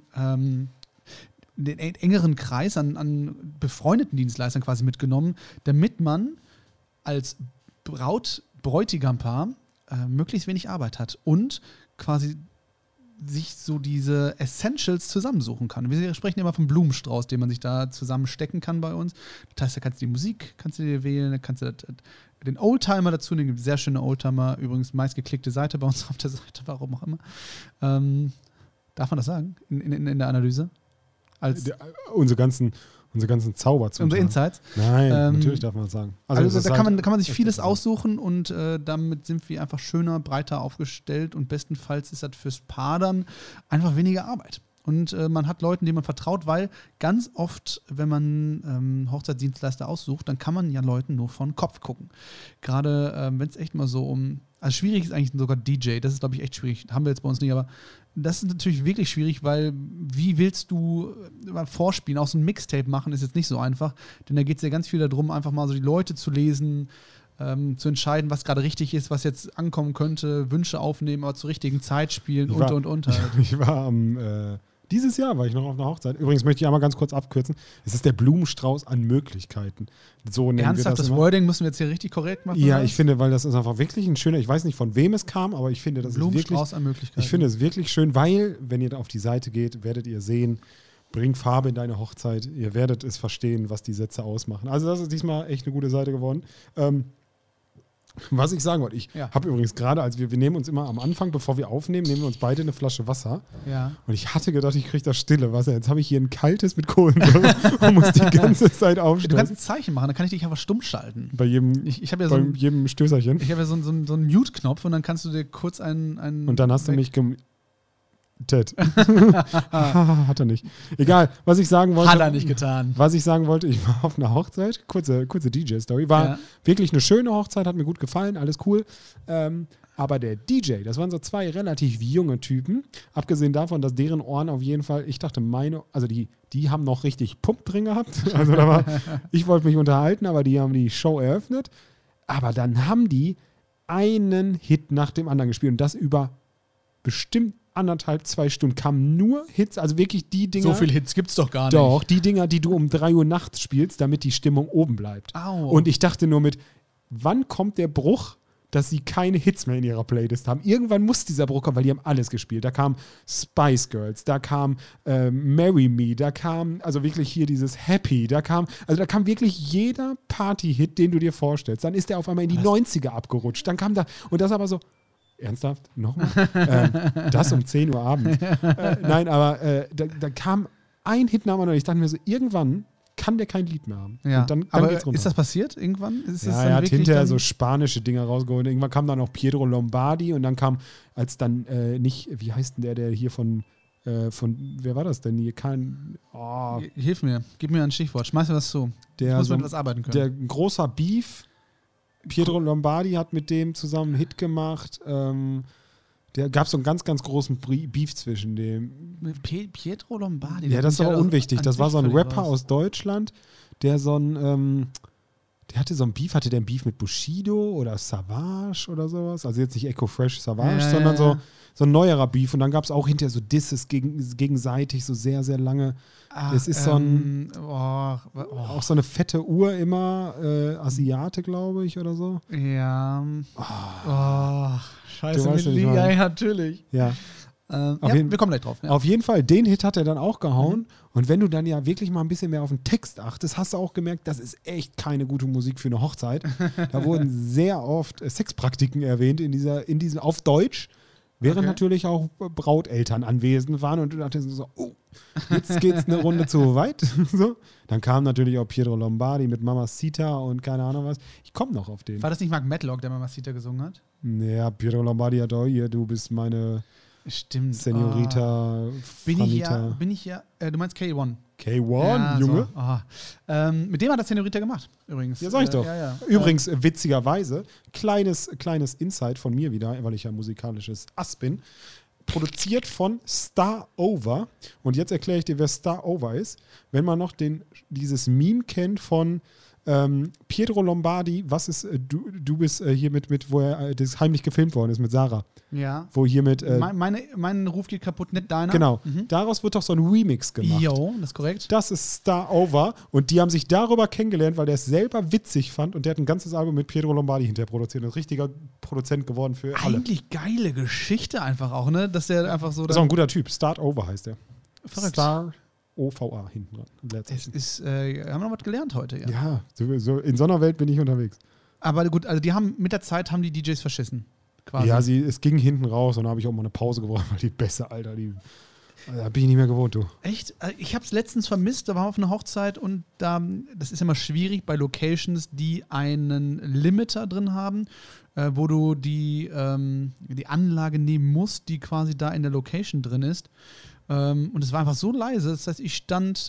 den engeren Kreis an befreundeten Dienstleistern quasi mitgenommen, damit man als Bräutigampaar möglichst wenig Arbeit hat und quasi sich so diese Essentials zusammensuchen kann. Wir sprechen immer vom Blumenstrauß, den man sich da zusammenstecken kann bei uns. Das heißt, da kannst du die Musik, kannst du dir wählen, da kannst du den Oldtimer dazu nehmen, gibt sehr schöne Oldtimer, übrigens meistgeklickte Seite bei uns auf der Seite, warum auch immer. Darf man das sagen in der Analyse? Unsere ganzen Zauberzutaten. Unsere Insights. Nein, natürlich darf man das sagen. Also da kann man sich vieles aussuchen und damit sind wir einfach schöner, breiter aufgestellt und bestenfalls ist das fürs Paar dann einfach weniger Arbeit. Und man hat Leuten, denen man vertraut, weil ganz oft, wenn man Hochzeitsdienstleister aussucht, dann kann man ja Leuten nur von Kopf gucken. Gerade wenn es echt mal so also schwierig ist eigentlich sogar DJ, das ist, glaube ich, echt schwierig. Haben wir jetzt bei uns nicht, aber das ist natürlich wirklich schwierig, weil wie willst du vorspielen? Auch so ein Mixtape machen ist jetzt nicht so einfach, denn da geht es ja ganz viel darum, einfach mal so die Leute zu lesen, zu entscheiden, was gerade richtig ist, was jetzt ankommen könnte, Wünsche aufnehmen, aber zur richtigen Zeit spielen und halt. Ich war dieses Jahr war ich noch auf einer Hochzeit. Übrigens möchte ich einmal ganz kurz abkürzen. Es ist der Blumenstrauß an Möglichkeiten. So nennen Ernsthaft, wir das das Wording müssen wir jetzt hier richtig korrekt machen? Ja, oder? ich finde, weil das ist einfach wirklich ein schöner, ich weiß nicht, von wem es kam, aber ich finde, das ist wirklich, Blumenstrauß an Möglichkeiten. ich finde es wirklich schön, weil, wenn ihr da auf die Seite geht, werdet ihr sehen, bring Farbe in deine Hochzeit. Ihr werdet es verstehen, was die Sätze ausmachen. Also das ist diesmal echt eine gute Seite geworden. Was ich sagen wollte, ich habe übrigens gerade, als wir nehmen uns immer am Anfang, bevor wir aufnehmen, nehmen wir uns beide eine Flasche Wasser. Ja. Und ich hatte gedacht, ich kriege das stille Wasser. Jetzt habe ich hier ein kaltes mit Kohlensäure und muss die ganze Zeit aufstehen. Du kannst ein Zeichen machen, dann kann ich dich einfach stumm schalten. Bei jedem, jedem Stößerchen. Ich habe ja so einen Mute-Knopf und dann kannst du dir kurz einen und dann hast du mich Ted. Hat er nicht. Egal, was ich sagen wollte. Hat er nicht getan. Was ich sagen wollte, ich war auf einer Hochzeit, kurze DJ-Story. War wirklich eine schöne Hochzeit, hat mir gut gefallen, alles cool. Aber der DJ, das waren so zwei relativ junge Typen. Abgesehen davon, dass deren Ohren auf jeden Fall, ich dachte also die haben noch richtig Pump drin gehabt. Also ich wollte mich unterhalten, aber die haben die Show eröffnet. Aber dann haben die einen Hit nach dem anderen gespielt und das über bestimmt 1,5-2 Stunden kamen nur Hits, also wirklich die Dinger. So viele Hits gibt's doch gar nicht. Doch, die Dinger, die du um 3 Uhr nachts spielst, damit die Stimmung oben bleibt. Au. Und ich dachte nur wann kommt der Bruch, dass sie keine Hits mehr in ihrer Playlist haben? Irgendwann muss dieser Bruch kommen, weil die haben alles gespielt. Da kam Spice Girls, da kam Marry Me, da kam also wirklich hier dieses Happy, da kam wirklich jeder Party-Hit, den du dir vorstellst. Dann ist der auf einmal in die 90er abgerutscht. Dann kam und das aber so, ernsthaft? Nochmal? Das um 10 Uhr abends. Nein, aber da kam ein Hit nach dem anderen. Ich dachte mir so, irgendwann kann der kein Lied mehr haben. Ja. Und dann aber geht's runter. ist das passiert irgendwann? Er hat hinterher so spanische Dinger rausgeholt. Irgendwann kam dann noch Pietro Lombardi und dann kam, als dann nicht, wie heißt denn der hier von wer war das denn hier? Hilf mir, gib mir ein Stichwort, schmeiß mir was zu. Ich muss mit was arbeiten können. Der großer Beef, Pietro Lombardi hat mit dem zusammen einen Hit gemacht. Der gab so einen ganz, ganz großen Beef zwischen dem. Pietro Lombardi? Ja, das ist aber unwichtig. Das war so ein Rapper aus Deutschland, der der hatte so ein Beef. Hatte der ein Beef mit Bushido oder Savage oder sowas? Also jetzt nicht Echo Fresh Savage, sondern so ein neuerer Beef. Und dann gab es auch hinterher so Disses gegenseitig, so sehr, sehr lange. Es ist so ein auch so eine fette Uhr immer, Asiate, glaube ich, oder so. Ja. Scheiße, weißt, ja, natürlich. Ja. Wir kommen gleich drauf. Ja. Auf jeden Fall, den Hit hat er dann auch gehauen. Und wenn du dann ja wirklich mal ein bisschen mehr auf den Text achtest, hast du auch gemerkt, das ist echt keine gute Musik für eine Hochzeit. Da wurden sehr oft Sexpraktiken erwähnt in diesem auf Deutsch, während natürlich auch Brauteltern anwesend waren und du dachtest so, jetzt geht's eine Runde zu weit. So. Dann kam natürlich auch Pietro Lombardi mit Mamacita und keine Ahnung was. Ich komme noch auf den. War das nicht Mark Medlock, der Mamacita gesungen hat? Ja, Pietro Lombardi hat auch hier, du bist meine Senorita. Bin ich ja, du meinst K1. K1, ja, Junge. So. Mit dem hat er Senorita gemacht, übrigens. Ja, sag ich doch. Übrigens, witzigerweise, kleines Insight von mir wieder, weil ich ja musikalisches Ass bin. Produziert von Star Over. Und jetzt erkläre ich dir, wer Star Over ist. Wenn man noch dieses Meme kennt von Pietro Lombardi, was ist, du bist hier mit, wo er das heimlich gefilmt worden ist mit Sarah. Ja. Wo hier mit. Mein Ruf geht kaputt, nicht deiner. Genau. Daraus wird doch so ein Remix gemacht. Jo, das ist korrekt. Das ist Star Over. Und die haben sich darüber kennengelernt, weil der es selber witzig fand. Und der hat ein ganzes Album mit Pietro Lombardi hinterher produziert. Ein richtiger Produzent geworden für alle. Eigentlich geile Geschichte einfach auch, ne? Dass der einfach so. Das ist auch ein guter Typ. Start Over heißt der. Verrückt. Star OVA hinten dran. Es ist, haben wir noch was gelernt heute, ja. Ja, so in so einer Welt bin ich unterwegs. Aber gut, also mit der Zeit haben die DJs verschissen. Quasi. Ja, es ging hinten raus und dann habe ich auch mal eine Pause gebraucht, weil die Bässe, Alter, da bin ich nicht mehr gewohnt, du. Echt? Ich habe es letztens vermisst, da war auf einer Hochzeit und das ist immer schwierig bei Locations, die einen Limiter drin haben, wo du die Anlage nehmen musst, die quasi da in der Location drin ist. Und es war einfach so leise, das heißt, ich stand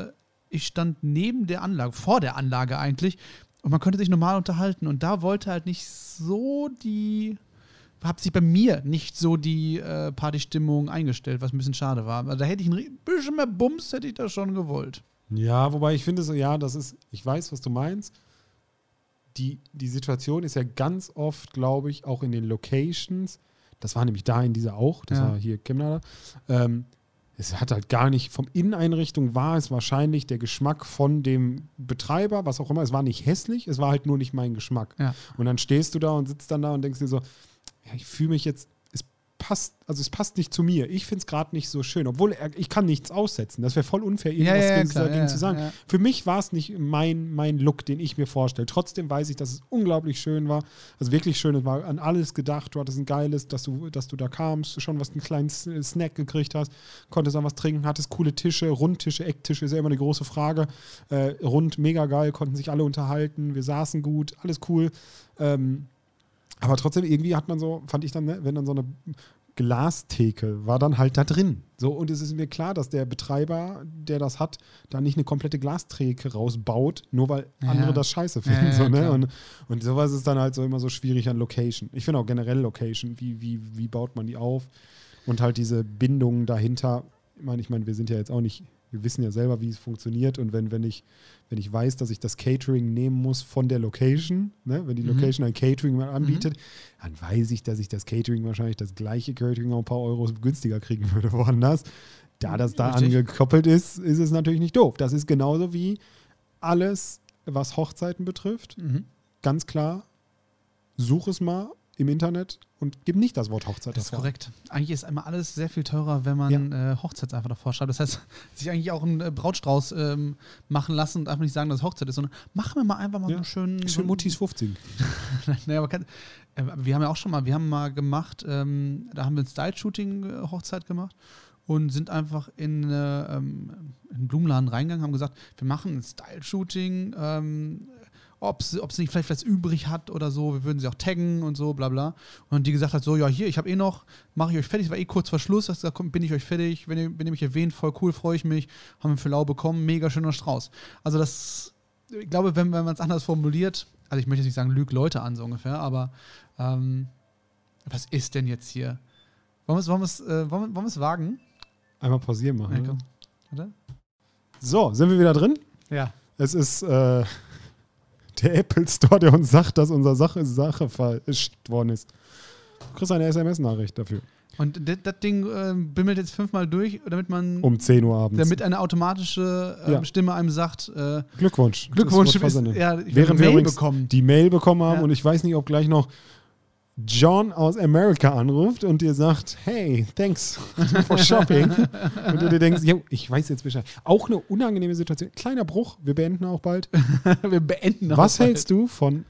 neben der Anlage, vor der Anlage eigentlich, und man könnte sich normal unterhalten. Und da wollte halt nicht so hat sich bei mir nicht so die Partystimmung eingestellt, was ein bisschen schade war. Also da hätte ich ein bisschen mehr Bums, hätte ich da schon gewollt. Ja, wobei ich finde so, ja, ich weiß, was du meinst. die Situation ist ja ganz oft, glaube ich, auch in den Locations, das war nämlich da in dieser auch, das war hier Chemnada, es hat halt gar nicht, vom Inneneinrichtung war es wahrscheinlich der Geschmack von dem Betreiber, was auch immer, es war nicht hässlich, es war halt nur nicht mein Geschmack. Ja. Und dann stehst du da und sitzt dann da und denkst dir so, ja, ich fühle mich jetzt, es passt nicht zu mir. Ich finde es gerade nicht so schön. Obwohl, ich kann nichts aussetzen. Das wäre voll unfair, irgendwas dagegen zu sagen. Ja. Für mich war es nicht mein Look, den ich mir vorstelle. Trotzdem weiß ich, dass es unglaublich schön war. Also wirklich schön. Es war an alles gedacht. Du hattest ein geiles, dass du da kamst, schon einen kleinen Snack gekriegt hast, konntest auch was trinken, hattest coole Tische, Rundtische, Ecktische, ist ja immer eine große Frage. Rund, mega geil, konnten sich alle unterhalten. Wir saßen gut, alles cool. Aber trotzdem, irgendwie hat man so, fand ich dann, ne, wenn dann so eine Glastheke war dann halt da drin. So, und es ist mir klar, dass der Betreiber, der das hat, da nicht eine komplette Glastheke rausbaut, nur weil andere das scheiße finden. Ja, so, ne? Und sowas ist dann halt so immer so schwierig an Location. Ich finde auch generell Location, wie baut man die auf? Und halt diese Bindungen dahinter. Ich meine, wir sind ja jetzt auch nicht, wir wissen ja selber, wie es funktioniert. Und wenn ich weiß, dass ich das Catering nehmen muss von der Location, ne? Wenn die Location ein Catering mal anbietet, dann weiß ich, dass ich das Catering wahrscheinlich das gleiche Catering auch ein paar Euros günstiger kriegen würde woanders. Da das da angekoppelt ist, ist es natürlich nicht doof. Das ist genauso wie alles, was Hochzeiten betrifft. Ganz klar, such es mal im Internet und gib nicht das Wort Hochzeit Das ist davor. korrekt. Eigentlich ist immer alles sehr viel teurer, wenn man Hochzeit einfach davor schreibt. Das heißt, sich eigentlich auch einen Brautstrauß machen lassen und einfach nicht sagen, dass es Hochzeit ist, sondern machen wir mal einfach mal einen schönen... Schön Muttis 50. Naja, aber wir haben ja auch schon mal, gemacht, da haben wir ein Style-Shooting-Hochzeit gemacht und sind einfach in einen Blumenladen reingegangen, haben gesagt, wir machen ein Style-Shooting, ob sie nicht vielleicht was übrig hat oder so, wir würden sie auch taggen und so, bla bla. Und die gesagt hat, so, ja, hier, ich habe mache ich euch fertig, es war kurz vor Schluss, da bin ich euch fertig, wenn ihr mich erwähnt, voll cool, freue ich mich, haben wir für lau bekommen, mega schöner Strauß. Also das, ich glaube, wenn man es anders formuliert, also ich möchte jetzt nicht sagen, lüg Leute an, so ungefähr, aber was ist denn jetzt hier? Wollen wir es wagen? Einmal pausieren machen. Ja, komm. Warte. So, sind wir wieder drin? Ja. Es ist der Apple Store, der uns sagt, dass unsere Sache verschickt worden ist. Du kriegst eine SMS-Nachricht dafür. Und das Ding bimmelt jetzt 5-mal durch, damit man... Um 10 Uhr abends. Damit eine automatische Stimme einem sagt... Glückwunsch. Während wir übrigens die Mail bekommen haben Ja. und ich weiß nicht, ob gleich noch John aus Amerika anruft und dir sagt, hey, thanks for shopping. Und du dir denkst, jo, ich weiß jetzt Bescheid. Auch eine unangenehme Situation. Kleiner Bruch, wir beenden auch bald. Was hältst du von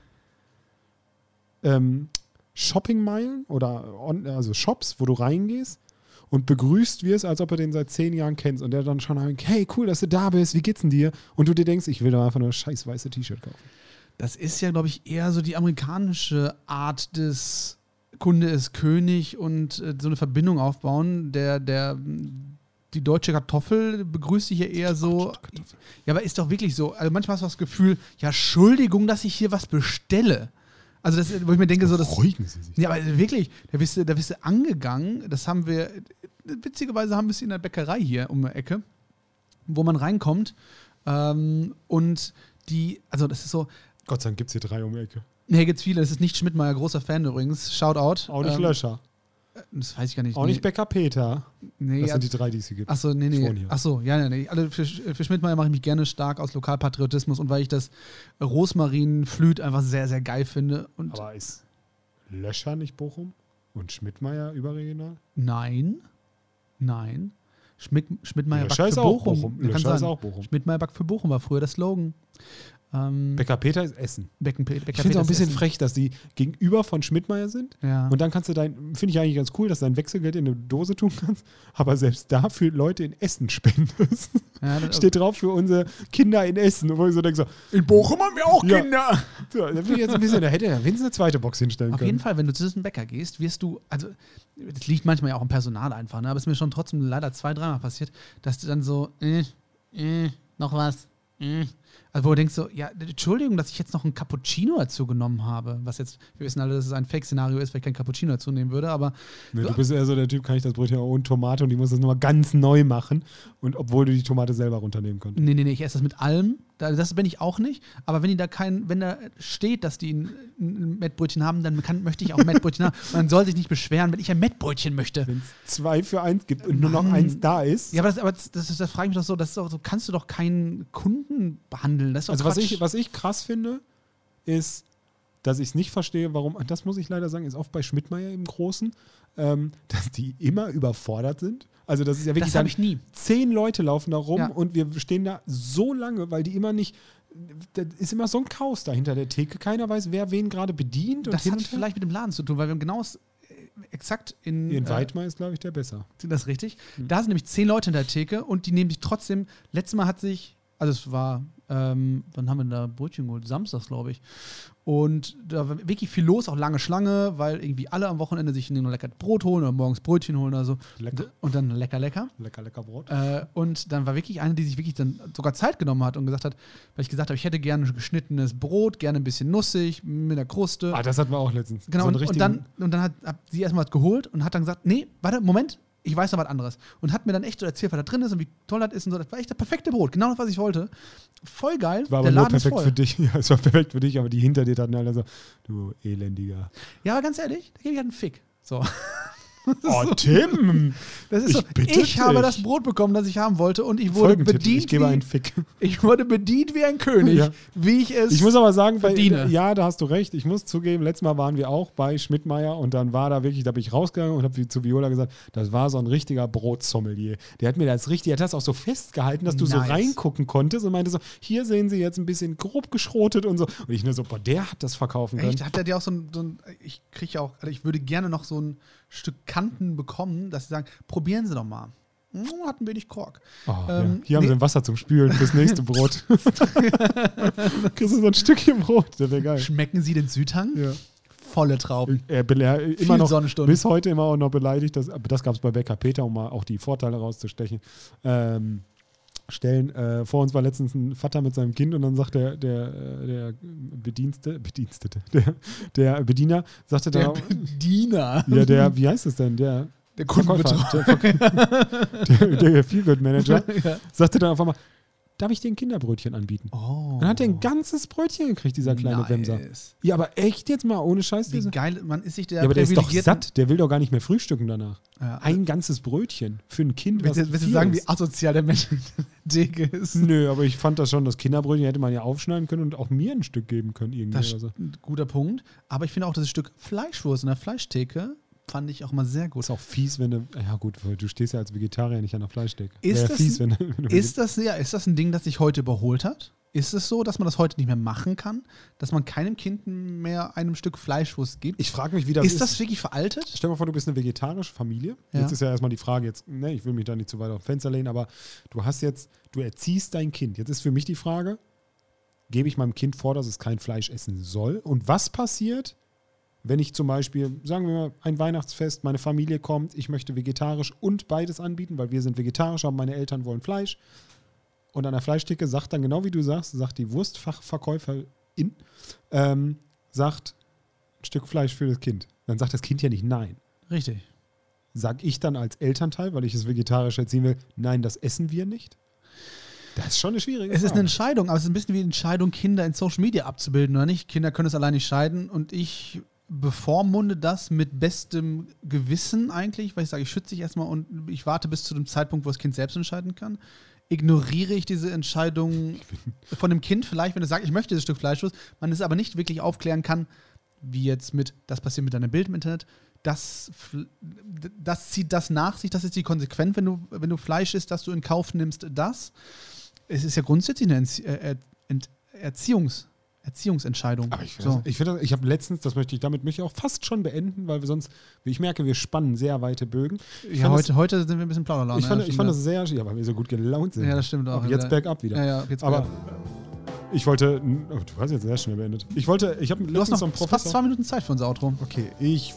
Shoppingmeilen oder also Shops, wo du reingehst und begrüßt wirst, als ob du den seit 10 Jahren kennst und der dann schon sagt, hey, cool, dass du da bist, wie geht's denn dir? Und du dir denkst, ich will da einfach nur ein scheiß weiße T-Shirt kaufen. Das ist ja, glaube ich, eher so die amerikanische Art des Kunde ist König und so eine Verbindung aufbauen. Die deutsche Kartoffel begrüßt dich ja eher so. Ja, aber ist doch wirklich so. Also manchmal hast du das Gefühl, ja, Entschuldigung, dass ich hier was bestelle. Also das, wo ich mir denke, so das. Beruhigen Sie sich. Ja, aber wirklich, da bist du angegangen. Das haben wir, witzigerweise haben wir es in der Bäckerei hier um die Ecke, wo man reinkommt. Und also das ist so. Gott sei Dank gibt es hier 3 um die Ecke. Nee, gibt's viele. Das ist nicht Schmidtmeier, großer Fan übrigens. Shoutout. Auch nicht Löscher. Das weiß ich gar nicht. Auch nicht Bäcker Peter. Nee, Das sind die 3, die es hier gibt. Achso, nee. Ich wohne hier. Achso, ja. Also für Schmidtmeier mache ich mich gerne stark aus Lokalpatriotismus und weil ich das Rosmarinflüt einfach sehr, sehr geil finde. Und Aber ist Löscher nicht Bochum? Und Schmidtmeier überregional? Nein. Schmidtmeier Löscher backt ist für auch Bochum. Bochum. Löscher ist auch Bochum. Schmidtmeier backt für Bochum war früher der Slogan. Bäcker Peter ist Essen. Bäcker Ich finde es auch ein bisschen frech, dass die gegenüber von Schmidtmeier sind. Ja. Und dann kannst du finde ich eigentlich ganz cool, dass du dein Wechselgeld in eine Dose tun kannst. Aber selbst dafür Leute in Essen spendest. Ja, das Steht drauf für unsere Kinder in Essen. Wo ich so denke, in Bochum haben wir auch Kinder. So, da bin ich jetzt ein bisschen, da hätte er wenigstens eine zweite Box hinstellen Auf können. jeden Fall, wenn du zu diesem Bäcker gehst, wirst du, also das liegt manchmal ja auch am Personal einfach, ne? Aber es ist mir schon trotzdem leider 2-3 Mal passiert, dass du dann so, noch was, Also wo du denkst so, ja, Entschuldigung, dass ich jetzt noch einen Cappuccino dazu genommen habe, was jetzt, wir wissen alle, dass es ein Fake-Szenario ist, weil ich keinen Cappuccino dazu nehmen würde, aber... Nee, du bist eher so der Typ, kann ich das Brötchen auch ohne Tomate und die muss das nochmal ganz neu machen und obwohl du die Tomate selber runternehmen konntest. Nee, ich esse das mit allem, Das bin ich auch nicht. Aber wenn da steht, dass die ein Mettbrötchen haben, dann möchte ich auch ein Mettbrötchen haben. Man soll sich nicht beschweren, wenn ich ein Mettbrötchen möchte. Wenn es 2 für 1 gibt und nur noch 1 da ist. Ja, aber das frage ich mich doch so, das ist auch so, kannst du doch keinen Kunden behandeln. Das ist doch also was ich krass finde, ist, dass ich es nicht verstehe, warum, das muss ich leider sagen, ist oft bei Schmidtmeyer im Großen, dass die immer überfordert sind. Also das ist ja wirklich, das habe ich nie. 10 Leute laufen da rum Ja. und wir stehen da so lange, weil die immer nicht, da ist immer so ein Chaos da hinter der Theke. Keiner weiß, wer wen gerade bedient. Das hat vielleicht mit dem Laden zu tun, weil wir haben genau exakt in Weidmar ist, glaube ich, der besser. Das ist richtig. Da sind nämlich 10 Leute in der Theke und die nehmen sich trotzdem, letztes Mal also es war, wann haben wir da Brötchen geholt? Samstags, glaube ich. Und da war wirklich viel los, auch lange Schlange, weil irgendwie alle am Wochenende sich nur lecker Brot holen oder morgens Brötchen holen oder so. Lecker. Und dann lecker. Lecker Brot. Und dann war wirklich eine, die sich wirklich dann sogar Zeit genommen hat und gesagt hat, weil ich gesagt habe, ich hätte gerne geschnittenes Brot, gerne ein bisschen nussig, mit der Kruste. Das hatten wir auch letztens. Genau, so und dann hat sie erstmal was geholt und hat dann gesagt, nee, warte, Moment, ich weiß noch was anderes. Und hat mir dann echt so erzählt, was da drin ist und wie toll das ist und so. Das war echt das perfekte Brot, genau das, was ich wollte. Voll geil. War aber nur perfekt für dich. Ja, es war perfekt für dich, aber die hinter dir hatten alle so, du Elendiger. Ja, aber ganz ehrlich, da gebe ich halt einen Fick. So. Oh, Tim! Das ist ich habe das Brot bekommen, das ich haben wollte und ich wurde bedient. Ich gebe einen Fick. Ich wurde bedient wie ein König, ja. wie ich es Ich muss aber sagen, verdiene. Ja, da hast du recht. Ich muss zugeben, letztes Mal waren wir auch bei Schmidtmeyer und dann war da wirklich, da bin ich rausgegangen und habe zu Viola gesagt, das war so ein richtiger Brotsommelier. Der hat mir das der hat das auch so festgehalten, dass du so reingucken konntest und meinte so, hier sehen Sie jetzt ein bisschen grob geschrotet und so. Und ich nur so, boah, der hat das verkaufen können. Echt? Hat der dir auch so ein ich kriege ja auch, also ich würde gerne noch so ein Stück Kanten bekommen, dass sie sagen, probieren Sie doch mal. Hat ein wenig Kork. Oh, ja. Hier haben sie Wasser zum Spülen fürs nächste Brot. Kriegst du so ein Stückchen Brot, das wäre geil. Schmecken Sie den Südhang? Ja. Volle Trauben. Immer noch, Sonnenstunden. bis heute immer auch noch beleidigt. Das gab es bei Bäcker Peter, um mal auch die Vorteile rauszustechen. Vor uns war letztens ein Vater mit seinem Kind und dann sagt der Bediener, sagte der dann Bediener. Ja, wie heißt es denn? Der Kundenbetreuer. Der Feelgood-Manager, ja. sagte dann auf einmal, darf ich dir ein Kinderbrötchen anbieten? Oh. Dann hat er ein ganzes Brötchen gekriegt, dieser kleine Wemser. Ja, aber echt jetzt mal, ohne Scheiß. Wie geil, man ist sich der Ja, aber der ist doch satt, der will doch gar nicht mehr frühstücken danach. Ja. Ein ganzes Brötchen für ein Kind, was willst du sagen, wie asozial der Mensch Dicke ist? Nö, aber ich fand das schon, das Kinderbrötchen hätte man ja aufschneiden können und auch mir ein Stück geben können. Irgendwie das oder so. ist ein guter Punkt. Aber ich finde auch das Stück Fleischwurst in der Fleischtheke fand ich auch mal sehr gut. Ist auch fies, wenn du, ja gut, du stehst ja als Vegetarier nicht an der Fleischtheke. Ist das fies, ein Ding, das sich heute überholt hat? Ist es so, dass man das heute nicht mehr machen kann? Dass man keinem Kind mehr einem Stück Fleischwurst gibt? Ich frage mich, wie das ist. Ist das wirklich veraltet? Stell dir mal vor, du bist eine vegetarische Familie. Ja. Jetzt ist ja erstmal die Frage, ich will mich da nicht zu weit auf Fenster lehnen, aber du erziehst dein Kind. Jetzt ist für mich die Frage, gebe ich meinem Kind vor, dass es kein Fleisch essen soll? Und was passiert, wenn ich zum Beispiel, sagen wir mal, ein Weihnachtsfest, meine Familie kommt, ich möchte vegetarisch und beides anbieten, weil wir sind vegetarisch, aber meine Eltern wollen Fleisch. Und an der Fleischtheke sagt dann, genau wie du sagst, sagt die Wurstfachverkäuferin, sagt ein Stück Fleisch für das Kind. Dann sagt das Kind ja nicht nein. Richtig. Sag ich dann als Elternteil, weil ich es vegetarisch erziehen will, nein, das essen wir nicht? Das ist schon eine schwierige Frage. Es ist eine Entscheidung, aber es ist ein bisschen wie eine Entscheidung, Kinder in Social Media abzubilden oder nicht. Kinder können es allein nicht scheiden und ich bevormunde das mit bestem Gewissen eigentlich, weil ich sage, ich schütze dich erstmal und ich warte bis zu dem Zeitpunkt, wo das Kind selbst entscheiden kann. Ignoriere ich diese Entscheidung von dem Kind vielleicht, wenn es sagt, ich möchte dieses Stück Fleischwurst, man es aber nicht wirklich aufklären kann, wie jetzt das passiert mit deinem Bild im Internet, das zieht das nach sich, das ist die Konsequenz, wenn du Fleisch isst, dass du in Kauf nimmst, das. Es ist ja grundsätzlich eine Erziehungsentscheidung. Aber ich habe letztens, damit möchte ich auch fast schon beenden, weil ich merke, wir spannen sehr weite Bögen. Heute sind wir ein bisschen Plauderlaune. Ich fand das sehr, weil wir so gut gelaunt sind. Ja, das stimmt auch. Aber jetzt bergab wieder. Ja, jetzt bergab. Ich wollte, du hast jetzt sehr schnell beendet. Du hast noch fast 2 Minuten Zeit für unser Outro. Okay, ich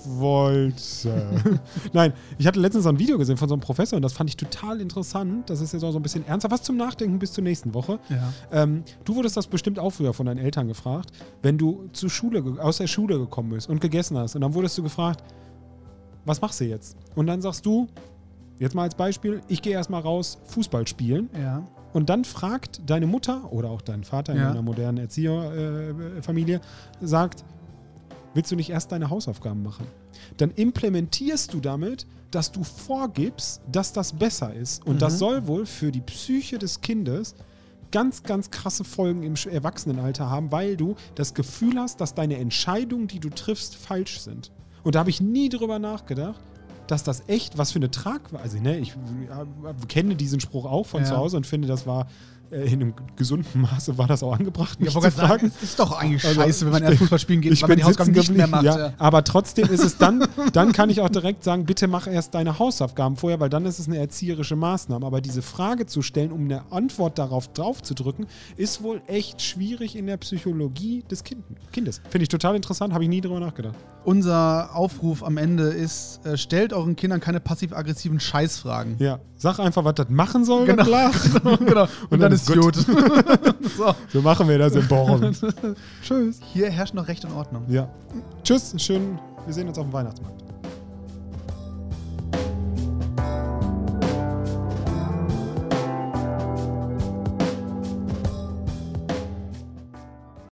hatte letztens so ein Video gesehen von so einem Professor und das fand ich total interessant. Das ist jetzt auch so ein bisschen ernster. Was zum Nachdenken bis zur nächsten Woche. Ja. Du wurdest das bestimmt auch früher von deinen Eltern gefragt, wenn du aus der Schule gekommen bist und gegessen hast und dann wurdest du gefragt, was machst du jetzt? Und dann sagst du, jetzt mal als Beispiel, ich gehe erstmal raus Fußball spielen. Ja. und dann fragt deine Mutter oder auch dein Vater in einer modernen Erzieherfamilie, sagt, willst du nicht erst deine Hausaufgaben machen? Dann implementierst du damit, dass du vorgibst, dass das besser ist. Und das soll wohl für die Psyche des Kindes ganz, ganz krasse Folgen im Erwachsenenalter haben, weil du das Gefühl hast, dass deine Entscheidungen, die du triffst, falsch sind. Und da habe ich nie drüber nachgedacht, dass das echt, was für eine Tragweite, also ich kenne diesen Spruch auch von zu Hause und finde, das war in einem gesunden Maße war das auch angebracht. Ich wollte gerade sagen, es ist doch eigentlich scheiße, wenn man erst Fußball spielen geht, weil man die Hausaufgaben nicht mehr macht. Ja, aber trotzdem ist es dann kann ich auch direkt sagen, bitte mach erst deine Hausaufgaben vorher, weil dann ist es eine erzieherische Maßnahme. Aber diese Frage zu stellen, um eine Antwort darauf drauf zu drücken, ist wohl echt schwierig in der Psychologie des Kindes. Finde ich total interessant, habe ich nie drüber nachgedacht. Unser Aufruf am Ende ist, stellt euren Kindern keine passiv-aggressiven Scheißfragen. Ja, sag einfach, was das machen soll. Genau. Und dann ist gut. So machen wir das in Born. Tschüss. Hier herrscht noch Recht und Ordnung. Ja. Tschüss, schön. Wir sehen uns auf dem Weihnachtsmarkt.